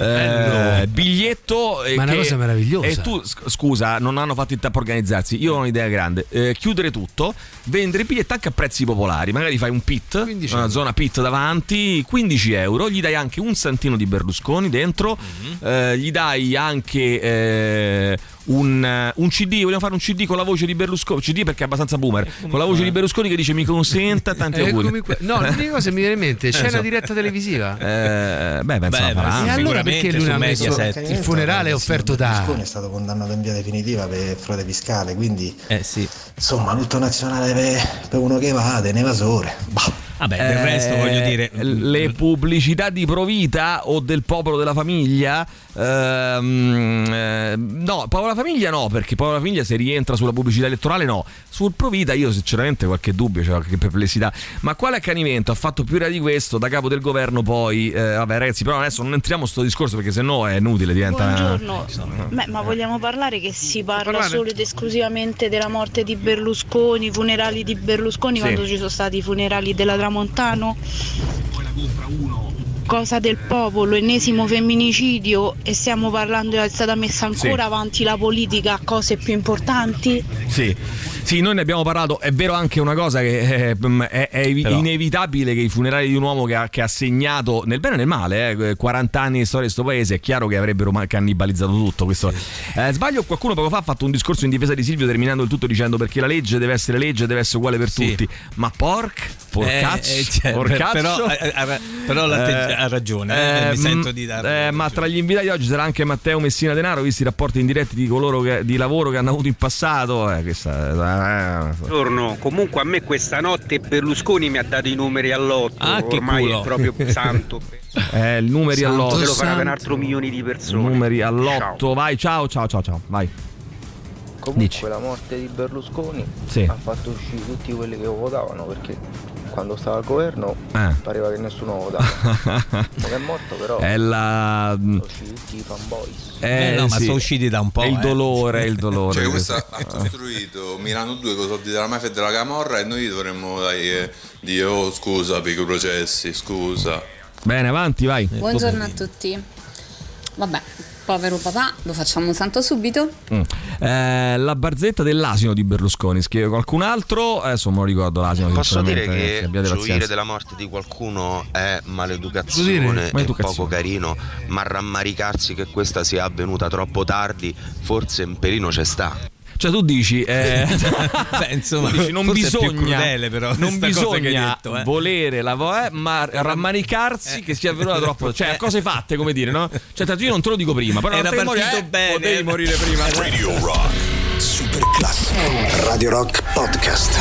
eh, biglietto, ma è una cosa meravigliosa. E tu, scusa, non hanno fatto in tempo a organizzarsi. Io ho un'idea grande: eh, chiudere tutto, vendere il biglietto anche a prezzi popolari. Magari fai un pit, una zona pit davanti, quindici euro, gli dai anche un santino di Berlusconi dentro, mm-hmm. eh, gli dai anche eh, un, un C D. Vogliamo fare un C D con la voce di Berlusconi, C D perché è abbastanza boomer, con la voce di Berlusconi che dice mi consenta, tanti auguri. No, l'unica cosa mi viene in mente, c'è una diretta televisiva. Eh, beh, penso beh, faranno. E allora perché lui ha messo il funerale offerto da Berlusconi è stato condannato in via definitiva per frode fiscale, quindi eh sì, insomma lutto nazionale per, per uno che evade, un evasore. Bah. Vabbè, del eh, resto voglio dire, le pubblicità di Provita o del Popolo della Famiglia, ehm, eh, no, Popolo della Famiglia no, perché Popolo della Famiglia se rientra sulla pubblicità elettorale no. Sul Provita io sinceramente qualche dubbio, c'è qualche perplessità. Ma quale accanimento ha fatto più di questo da capo del governo poi? Eh, vabbè ragazzi, però adesso non entriamo in sto discorso perché sennò è inutile, diventa. Buongiorno. Beh, ma vogliamo parlare che si parla parlare. solo ed esclusivamente della morte di Berlusconi, funerali di Berlusconi, sì, quando ci sono stati i funerali della Tramontano? Cosa del popolo, ennesimo femminicidio, e stiamo parlando che è stata messa ancora Sì. avanti la politica a cose più importanti? Sì. Sì, noi ne abbiamo parlato. È vero anche una cosa che è, è, è Però. inevitabile che i funerali di un uomo che ha, che ha segnato nel bene e nel male eh, quaranta anni di storia di questo paese, è chiaro che avrebbero ma- cannibalizzato tutto questo. Eh, sbaglio, qualcuno poco fa ha fatto un discorso in difesa di Silvio terminando il tutto dicendo perché la legge deve essere legge, deve essere uguale per Sì. tutti. Ma porc, porcaccio, Eh, eh, cioè, porcaccio. però, eh, ha, però l'atteggi- Eh, ha ragione, eh, eh, mi sento m- di dare. eh, ma tra gli invitati oggi sarà anche Matteo Messina Denaro, visti i rapporti indiretti di coloro che, di lavoro che hanno avuto in passato. Eh, questa, eh, Buongiorno, comunque a me questa notte Berlusconi mi ha dato i numeri all'otto, Ah, che ormai culo. è proprio santo. eh, il numeri Santo, all'otto. se lo farà per un altro milioni di persone. Numeri all'otto, Ciao. vai, ciao, ciao, ciao, ciao, vai. Comunque Dici. la morte di Berlusconi Sì. ha fatto uscire tutti quelli che votavano, perché quando stava al governo Eh. pareva che nessuno votava. Ma che è morto però È la. sono usciti tutti i fanboys. Eh, Eh, no, ma sì. sono usciti da un po'. È il eh. dolore, è il dolore. Cioè, di questo questo. ha costruito Milano due con i soldi della mafia e della camorra e noi dovremmo dai, eh, dire oh scusa per i processi, scusa. Bene, avanti, vai. Buongiorno a tutti. Vabbè, povero papà, lo facciamo santo subito. Mm. Eh, la barzetta dell'asino di Berlusconi, scrive qualcun altro. Adesso non ricordo l'asino. Posso dire sinceramente, che abbiate gioire pazienza. della morte di qualcuno è Dire, maleducazione e maleducazione. poco carino, ma rammaricarsi che questa sia avvenuta troppo tardi, forse un pelino c'è sta. Cioè tu dici, eh, Beh, insomma, tu dici non forse è più bisogna, crudele, però, non sta cosa che hai bisogna detto, eh. volere la vo- eh, ma rammaricarsi che sia avvenuta troppo, cioè a cose fatte, come dire, no? Cioè tanto io non te lo dico prima, però Era non te partito morire, eh, bene. potevi morire prima. Radio Rock. Super classico. Radio Rock Podcast.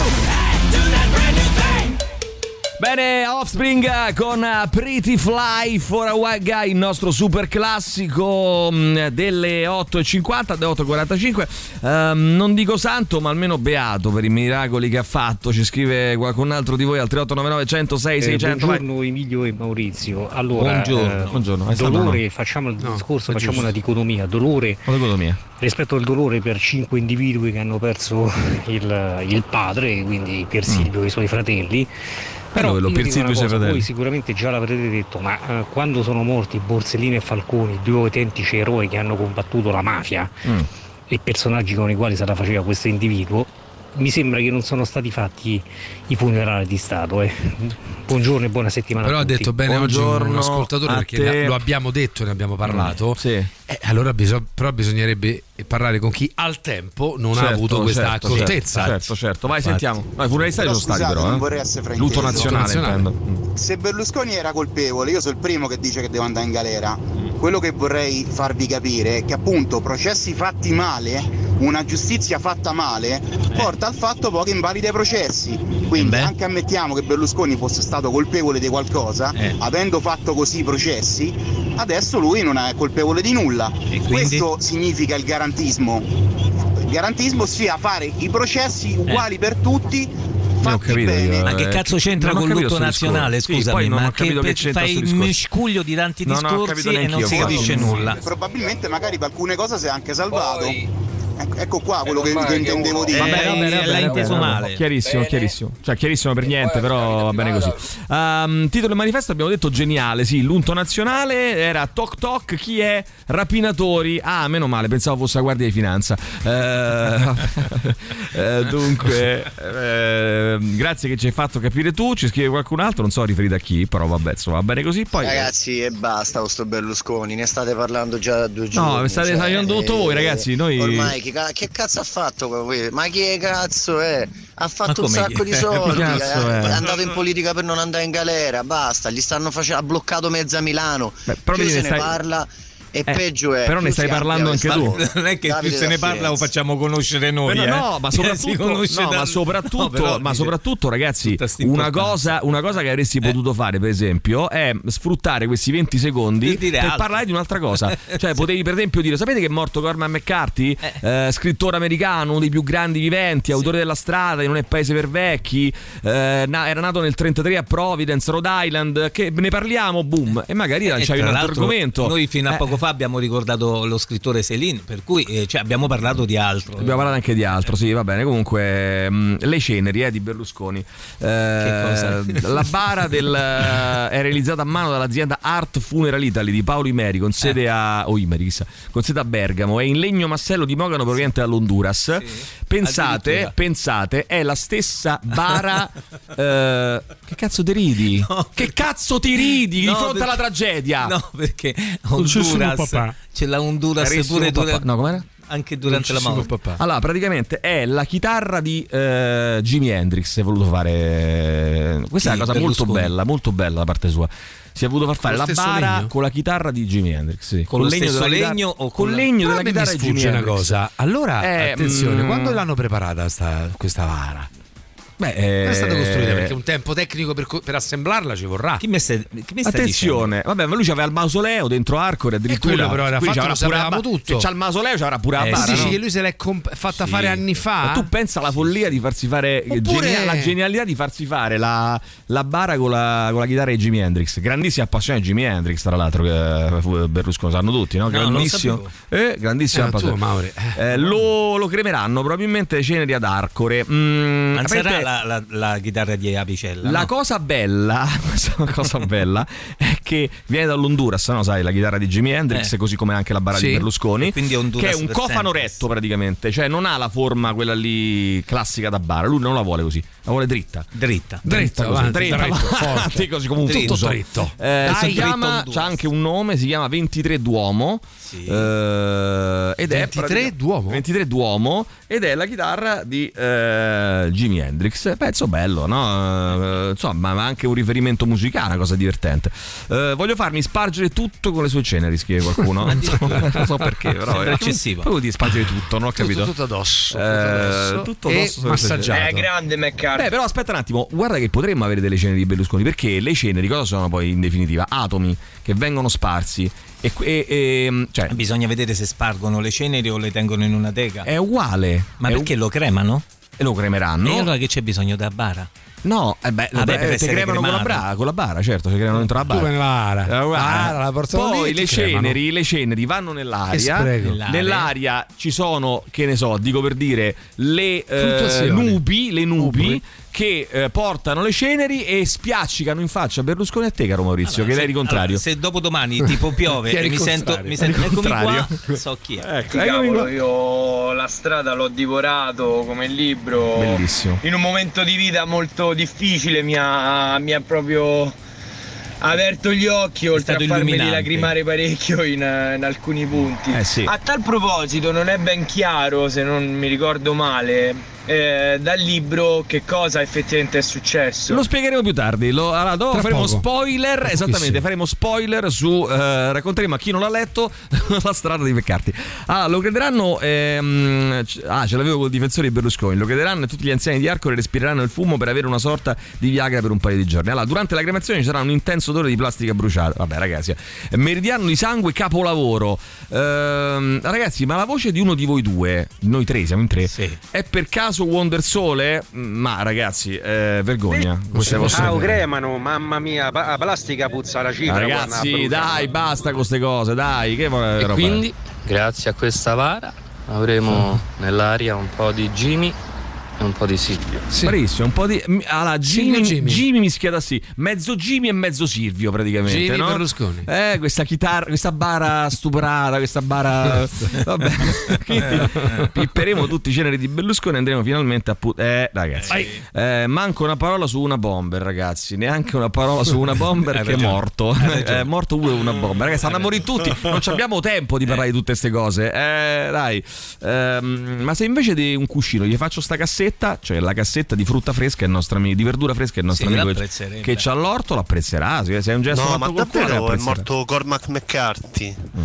Bene, Offspring con Pretty Fly for a White Guy, il nostro super classico mh, delle otto e cinquanta, delle otto e quarantacinque. Um, non dico santo, ma almeno beato per i miracoli che ha fatto. Ci scrive qualcun altro di voi al tre otto nove nove uno zero sei sei zero zero. Buongiorno Emilio e Maurizio. Allora, Buongiorno. eh, Buongiorno. È stato dolore, no. facciamo il No, discorso, è facciamo giusto. una dicotomia. Dolore Una dicotomia. rispetto al dolore per cinque individui che hanno perso il, il padre, quindi Pier Silvio e i suoi fratelli. Però quello, io Pier dico una Silvio e i suoi cosa, fratelli. voi sicuramente già l'avrete detto, ma eh, quando sono morti Borsellino e Falconi, due autentici eroi che hanno combattuto la mafia Mm. e personaggi con i quali se la faceva questo individuo, mi sembra che non sono stati fatti i funerali di Stato. Eh. Buongiorno e buona settimana Però a ha tutti. detto bene oggi un Buongiorno ascoltatore, a perché te. lo abbiamo detto e ne abbiamo parlato. Mm, sì. Eh, allora bisog- però bisognerebbe parlare con chi al tempo non Certo, ha avuto questa certo, accortezza. Certo, certo. Vai, Infatti. sentiamo. No, i funerali stati Però sono stati, scusate, però. non Eh. vorrei essere frainteso. Lutto nazionale, Lutto nazionale. intendo. Se Berlusconi era colpevole, io sono il primo che dice che deve andare in galera. Quello che vorrei farvi capire è che appunto processi fatti male, una giustizia fatta male, porta al fatto poi che invalida i processi. Quindi anche ammettiamo che Berlusconi fosse stato colpevole di qualcosa, Eh. avendo fatto così i processi, adesso lui non è colpevole di nulla. quindi? Questo significa il garantismo. Il garantismo sia fare i processi uguali per tutti. Non ho capito io, Ma che eh, cazzo c'entra non ho col capito lutto sto nazionale? discorso. Sì, Scusami, poi non ma ho capito che pe- c'entra fai sto il discorso. miscuglio di tanti Non ho discorsi capito e non neanch'io, si guarda. capisce nulla. Probabilmente magari per alcune cose si è anche salvato. Ecco, ecco qua quello che, normale che che intendevo uno- dire. Vabbè, Eh, vabbè, vabbè, l'ha vabbè, inteso vabbè, male. Chiarissimo, Bene. chiarissimo. Cioè, chiarissimo per niente, però va bene così. Um, titolo del manifesto abbiamo detto geniale, sì, l'unto nazionale era toc toc, chi è? Rapinatori. Ah, meno male, pensavo fosse la Guardia di Finanza. Eh, eh, dunque, eh, grazie che ci hai fatto capire tu, ci scrive qualcun altro, non so riferito a chi, però vabbè, insomma, va bene così. Poi Ragazzi, e basta con sto Berlusconi, ne state parlando già da due giorni. No, state facendo tutto voi, ragazzi, noi- Ormai che, ca- che cazzo ha fatto que- Ma che cazzo è? Ha fatto un come sacco chi- di soldi, che cazzo eh, è? è andato in politica per non andare in galera, basta, gli stanno facendo, ha bloccato mezza Milano. Beh, però più ne se ne stai- parla e Eh, peggio è. però ne più stai si parlando amplia anche tu. questa- Non è che più Davide se ne da parla lo Firenze. facciamo conoscere noi, Però eh. no, ma Si soprattutto, conosce no, da- ma soprattutto, No, però ma dice- soprattutto ragazzi, tutta sta una importanza. cosa, una cosa che avresti potuto fare, per esempio, è sfruttare questi venti secondi Per dire per altro. parlare di un'altra cosa. Cioè, potevi per esempio dire: sapete che è morto Cormac McCarthy, eh, scrittore americano, uno dei più grandi viventi, autore della strada, di Non è paese per vecchi, eh, na- era nato nel trentatré a Providence, Rhode Island, che ne parliamo, boom, e magari E lanciavi tra un altro l'altro argomento. Noi fino a Eh, poco fa fa abbiamo ricordato lo scrittore Céline, per cui eh, cioè, abbiamo parlato di altro. Abbiamo parlato anche di altro, sì, va bene. Comunque, mh, le ceneri eh, di Berlusconi. Eh, Che cosa? La bara del, è realizzata a mano dall'azienda Art Funeral Italy di Paolo Imeri, con sede Eh. a o Imeri, chissà, con sede a Bergamo. È in legno massello di Mogano proveniente dall'Honduras. Pensate, addirittura. pensate, è la stessa bara. eh, che cazzo ti ridi? che cazzo ti ridi di No, fronte perché- alla tragedia? No, perché Dolcissimo Honduras papà. c'è la Honduras Carissimo pure papà. durante, No, com'era? anche durante la morte. Allora, praticamente è la chitarra di eh, Jimi Hendrix. È voluto fare. Questa Sì, è una cosa molto Berlusconi. bella, molto bella da parte sua. Si è voluto far fare Con la lo stesso bara legno? con la chitarra di Jimi Hendrix. Sì. Con lo legno stesso della chitarra- legno o con con il la- legno Però della a me mi chitarra di Jimi sfugge una Hendrix. cosa. Allora, Eh, attenzione, mm, quando l'hanno preparata sta, questa vara? Beh, eh, Come è stata costruita? Perché un tempo tecnico per, co- per assemblarla ci vorrà. Chi mi stai, chi mi stai Attenzione, vabbè, ma lui c'aveva il mausoleo dentro Arcore, addirittura. quello però era Quindi fatto, c'avrà lo pure la sapevamo ba- tutto. Se c'ha il mausoleo, c'avrà pure la Eh, bara. Tu dici no? che lui se l'è comp- fatta Sì. fare anni fa? Ma tu pensa alla follia di farsi fare Oppure- genia- la genialità di farsi fare la, la bara con la, con la chitarra di Jimi Hendrix. Grandissima passione di Jimi Hendrix, tra l'altro, che fu Berlusconi, sanno tutti, no? No, non lo Grandissimo, eh, grandissima Eh, tu, passione. Mauri, Eh, lo, lo cremeranno probabilmente le ceneri ad Arcore. Mm, Non sarà aperte- la, la, la chitarra di Apicella? La no? cosa bella, questa cosa bella è che viene dall'Honduras, no? Sai, la chitarra di Jimi Hendrix, Eh. così come anche la bara Sì. di Berlusconi, E quindi Honduras che è un per cofano sempre. retto praticamente, cioè non ha la forma quella lì classica da bara, lui non la vuole così, la vuole dritta. Dritta. Dritta, così, avanti, dritta, dritto, avanti, forte. così come un Tutto fuso. dritto. Eh, Dai, si dritto chiama, Honduras. c'ha anche un nome, si chiama ventitré Duomo. Sì. eh, ed è ventitré pratica- Duomo? ventitré Duomo ed è la chitarra di eh, Jimi Hendrix. Pezzo bello, no? Eh, insomma, ma anche un riferimento musicale, una cosa divertente. Eh, voglio farmi spargere tutto con le sue ceneri, scrive qualcuno. non so perché, però Sembra è eccessivo. Poi vuol dire spargere tutto, non ho capito. Tutto, tutto addosso. Eh, tutto addosso. tutto e addosso sulle massaggiato. È grande McCarthy. Beh, però aspetta un attimo, guarda che potremmo avere delle ceneri di Berlusconi, perché le ceneri cosa sono poi in definitiva? Atomi che vengono sparsi e, e- e- cioè, Bisogna vedere se spargono le ceneri o le tengono in una teca. è uguale. Ma è perché lo cremano? E lo cremeranno. E allora che c'è bisogno della bara? No, eh beh, Ah, beh, per eh, te essere cremano con la, cremato. bara, con la bara, certo, si cremano dentro la bara. Tu me ne bara. La bara. Ah, la portano Poi lì, le ti cremano. ceneri, le ceneri vanno Che nell'aria. spreco. Nell'aria. Nell'aria ci sono, che ne so, dico per dire, le eh, Fluttuazioni. nubi, le nubi. Nubi. Che eh, portano le ceneri e spiaccicano in faccia a Berlusconi e a te, caro Maurizio, Allora, che se- eri contrario. allora, se dopo domani tipo piove Chi e eri mi sento, contrario? mi sento Eri eccomi contrario? qua, so chi è. Ecco, Sì, eccomi cavolo, qua. io la strada l'ho divorato come libro. Bellissimo. In un momento di vita molto difficile mi ha, mi ha proprio aperto gli occhi, oltre a stato farmi illuminante. lacrimare parecchio in, in alcuni punti. Eh sì. A tal proposito non è ben chiaro, se non mi ricordo male, eh, dal libro che cosa effettivamente è successo. Lo spiegheremo più tardi. Lo, allora, dopo Tra faremo poco. spoiler. Tra Esattamente, pochissimo. faremo spoiler su. eh, racconteremo a chi non l'ha letto la strada di Peccarti. Ah, lo crederanno. ehm, c- ah, ce l'avevo col difensore di Berlusconi. Lo crederanno e tutti gli anziani di Arcore respireranno il fumo per avere una sorta di Viagra per un paio di giorni. Allora, durante la cremazione ci sarà un intenso odore di plastica bruciata. Vabbè, ragazzi, eh, meridiano di sangue, capolavoro. Ehm, ragazzi, ma la voce di uno di voi due, noi tre, siamo in tre, Sì. è per caso Wonder Sole? Ma ragazzi, eh, vergogna. Queste vostre- Ah, cremano, mamma mia, pa- la plastica puzza la cifra. Ragazzi, guarda, dai, basta con queste cose, dai. Che E roba. quindi, grazie a questa vara, avremo nell'aria un po' di Jimmy e un po' di Silvio. Sì. Bravissimo, un po' di. Allora, Silvio Jimmy, Jimmy. Jimmy mischiata sì, mezzo Jimmy e mezzo Silvio praticamente. Jimmy no? Berlusconi. Eh, questa chitarra, questa bara stuprata, questa bara. Vabbè, quindi pipperemo tutti i ceneri di Berlusconi e andremo finalmente a. Pu- eh, ragazzi, eh, manca una parola su una bomber, ragazzi. Neanche una parola su una bomber Hai che è ragione. morto. È morto pure una bomber. Ragazzi, stanno a morire tutti. Non ci abbiamo tempo di parlare di tutte queste cose. Eh, dai. Ehm, ma se invece di un cuscino gli faccio sta cassetta, cioè la cassetta di frutta fresca, il nostro amico, di verdura fresca, il nostro Sì, amico che, l'apprezzerebbe. che c'ha l'orto, l'apprezzerà. Se è un gesto No, fatto ma col cuore, davvero è l'apprezzerà. morto Cormac McCarthy. Mm.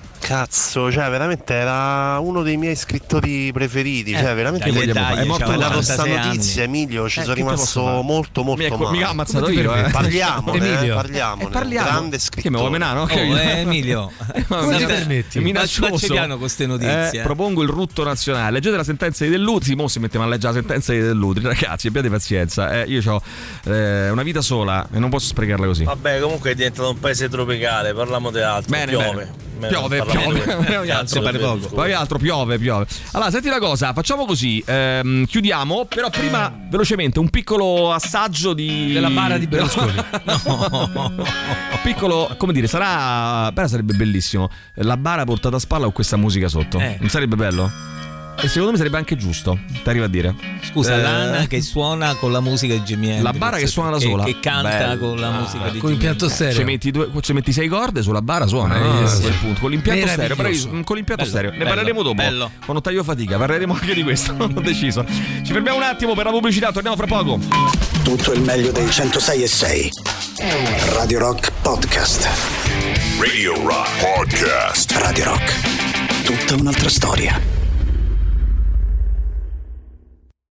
Cazzo, cioè veramente era uno dei miei scrittori preferiti, Eh, cioè veramente dai, vogliamo dai, fare. È morto c'ha dato sta quarantasei notizia, anni. Emilio, ci Eh, sono che te posso rimasto fare? molto molto Mi, male. mi ha ammazzato Come ti io, eh. Parliamone, Emilio. eh, parliamone. Eh, parliamo. Grande Che scrittore. mi vuoi menare? Oh, Ok. eh, Emilio, Come ti Vabbè, permetti? È minaccioso. Facci piano con queste notizie. Eh, eh. propongo il rutto nazionale. Leggete la sentenza di Dell'Utri. Mo si mettiamo a leggere la sentenza di Dell'Utri. Ragazzi, abbiate pazienza. Eh, io ho eh, una vita sola e non posso sprecarla così. Vabbè, comunque è diventato un paese tropicale, parliamo di altro. Bene, piove. bene. Piove, piove. Altro, pare poco. Poi altro piove, piove. Allora, senti una cosa, facciamo così, ehm, chiudiamo, però prima velocemente un piccolo assaggio di della bara di Berlusconi. No. Un piccolo, come dire, sarà, beh, sarebbe bellissimo la bara portata a spalla con questa musica sotto. Eh. Non sarebbe bello? E secondo me sarebbe anche giusto, ti arrivo a dire. Scusa, eh, Lana che suona con la musica di Jimi Hendrix. La bara che suona da sola. Che, che canta Bello. con la musica ah, di con l'impianto stereo. Ci metti, due, ci metti sei corde sulla bara, suona. Ah, eh, sì. punto. Con l'impianto stereo. Bravissimo, con l'impianto bello, stereo. Ne bello, parleremo dopo. Bello. Con Ottavio Fatica, parleremo anche di questo. Ho deciso. Ci fermiamo un attimo per la pubblicità, torniamo fra poco. Tutto il meglio dei centosei e sei. Radio Rock Podcast. Radio Rock Podcast. Radio Rock. Tutta un'altra storia.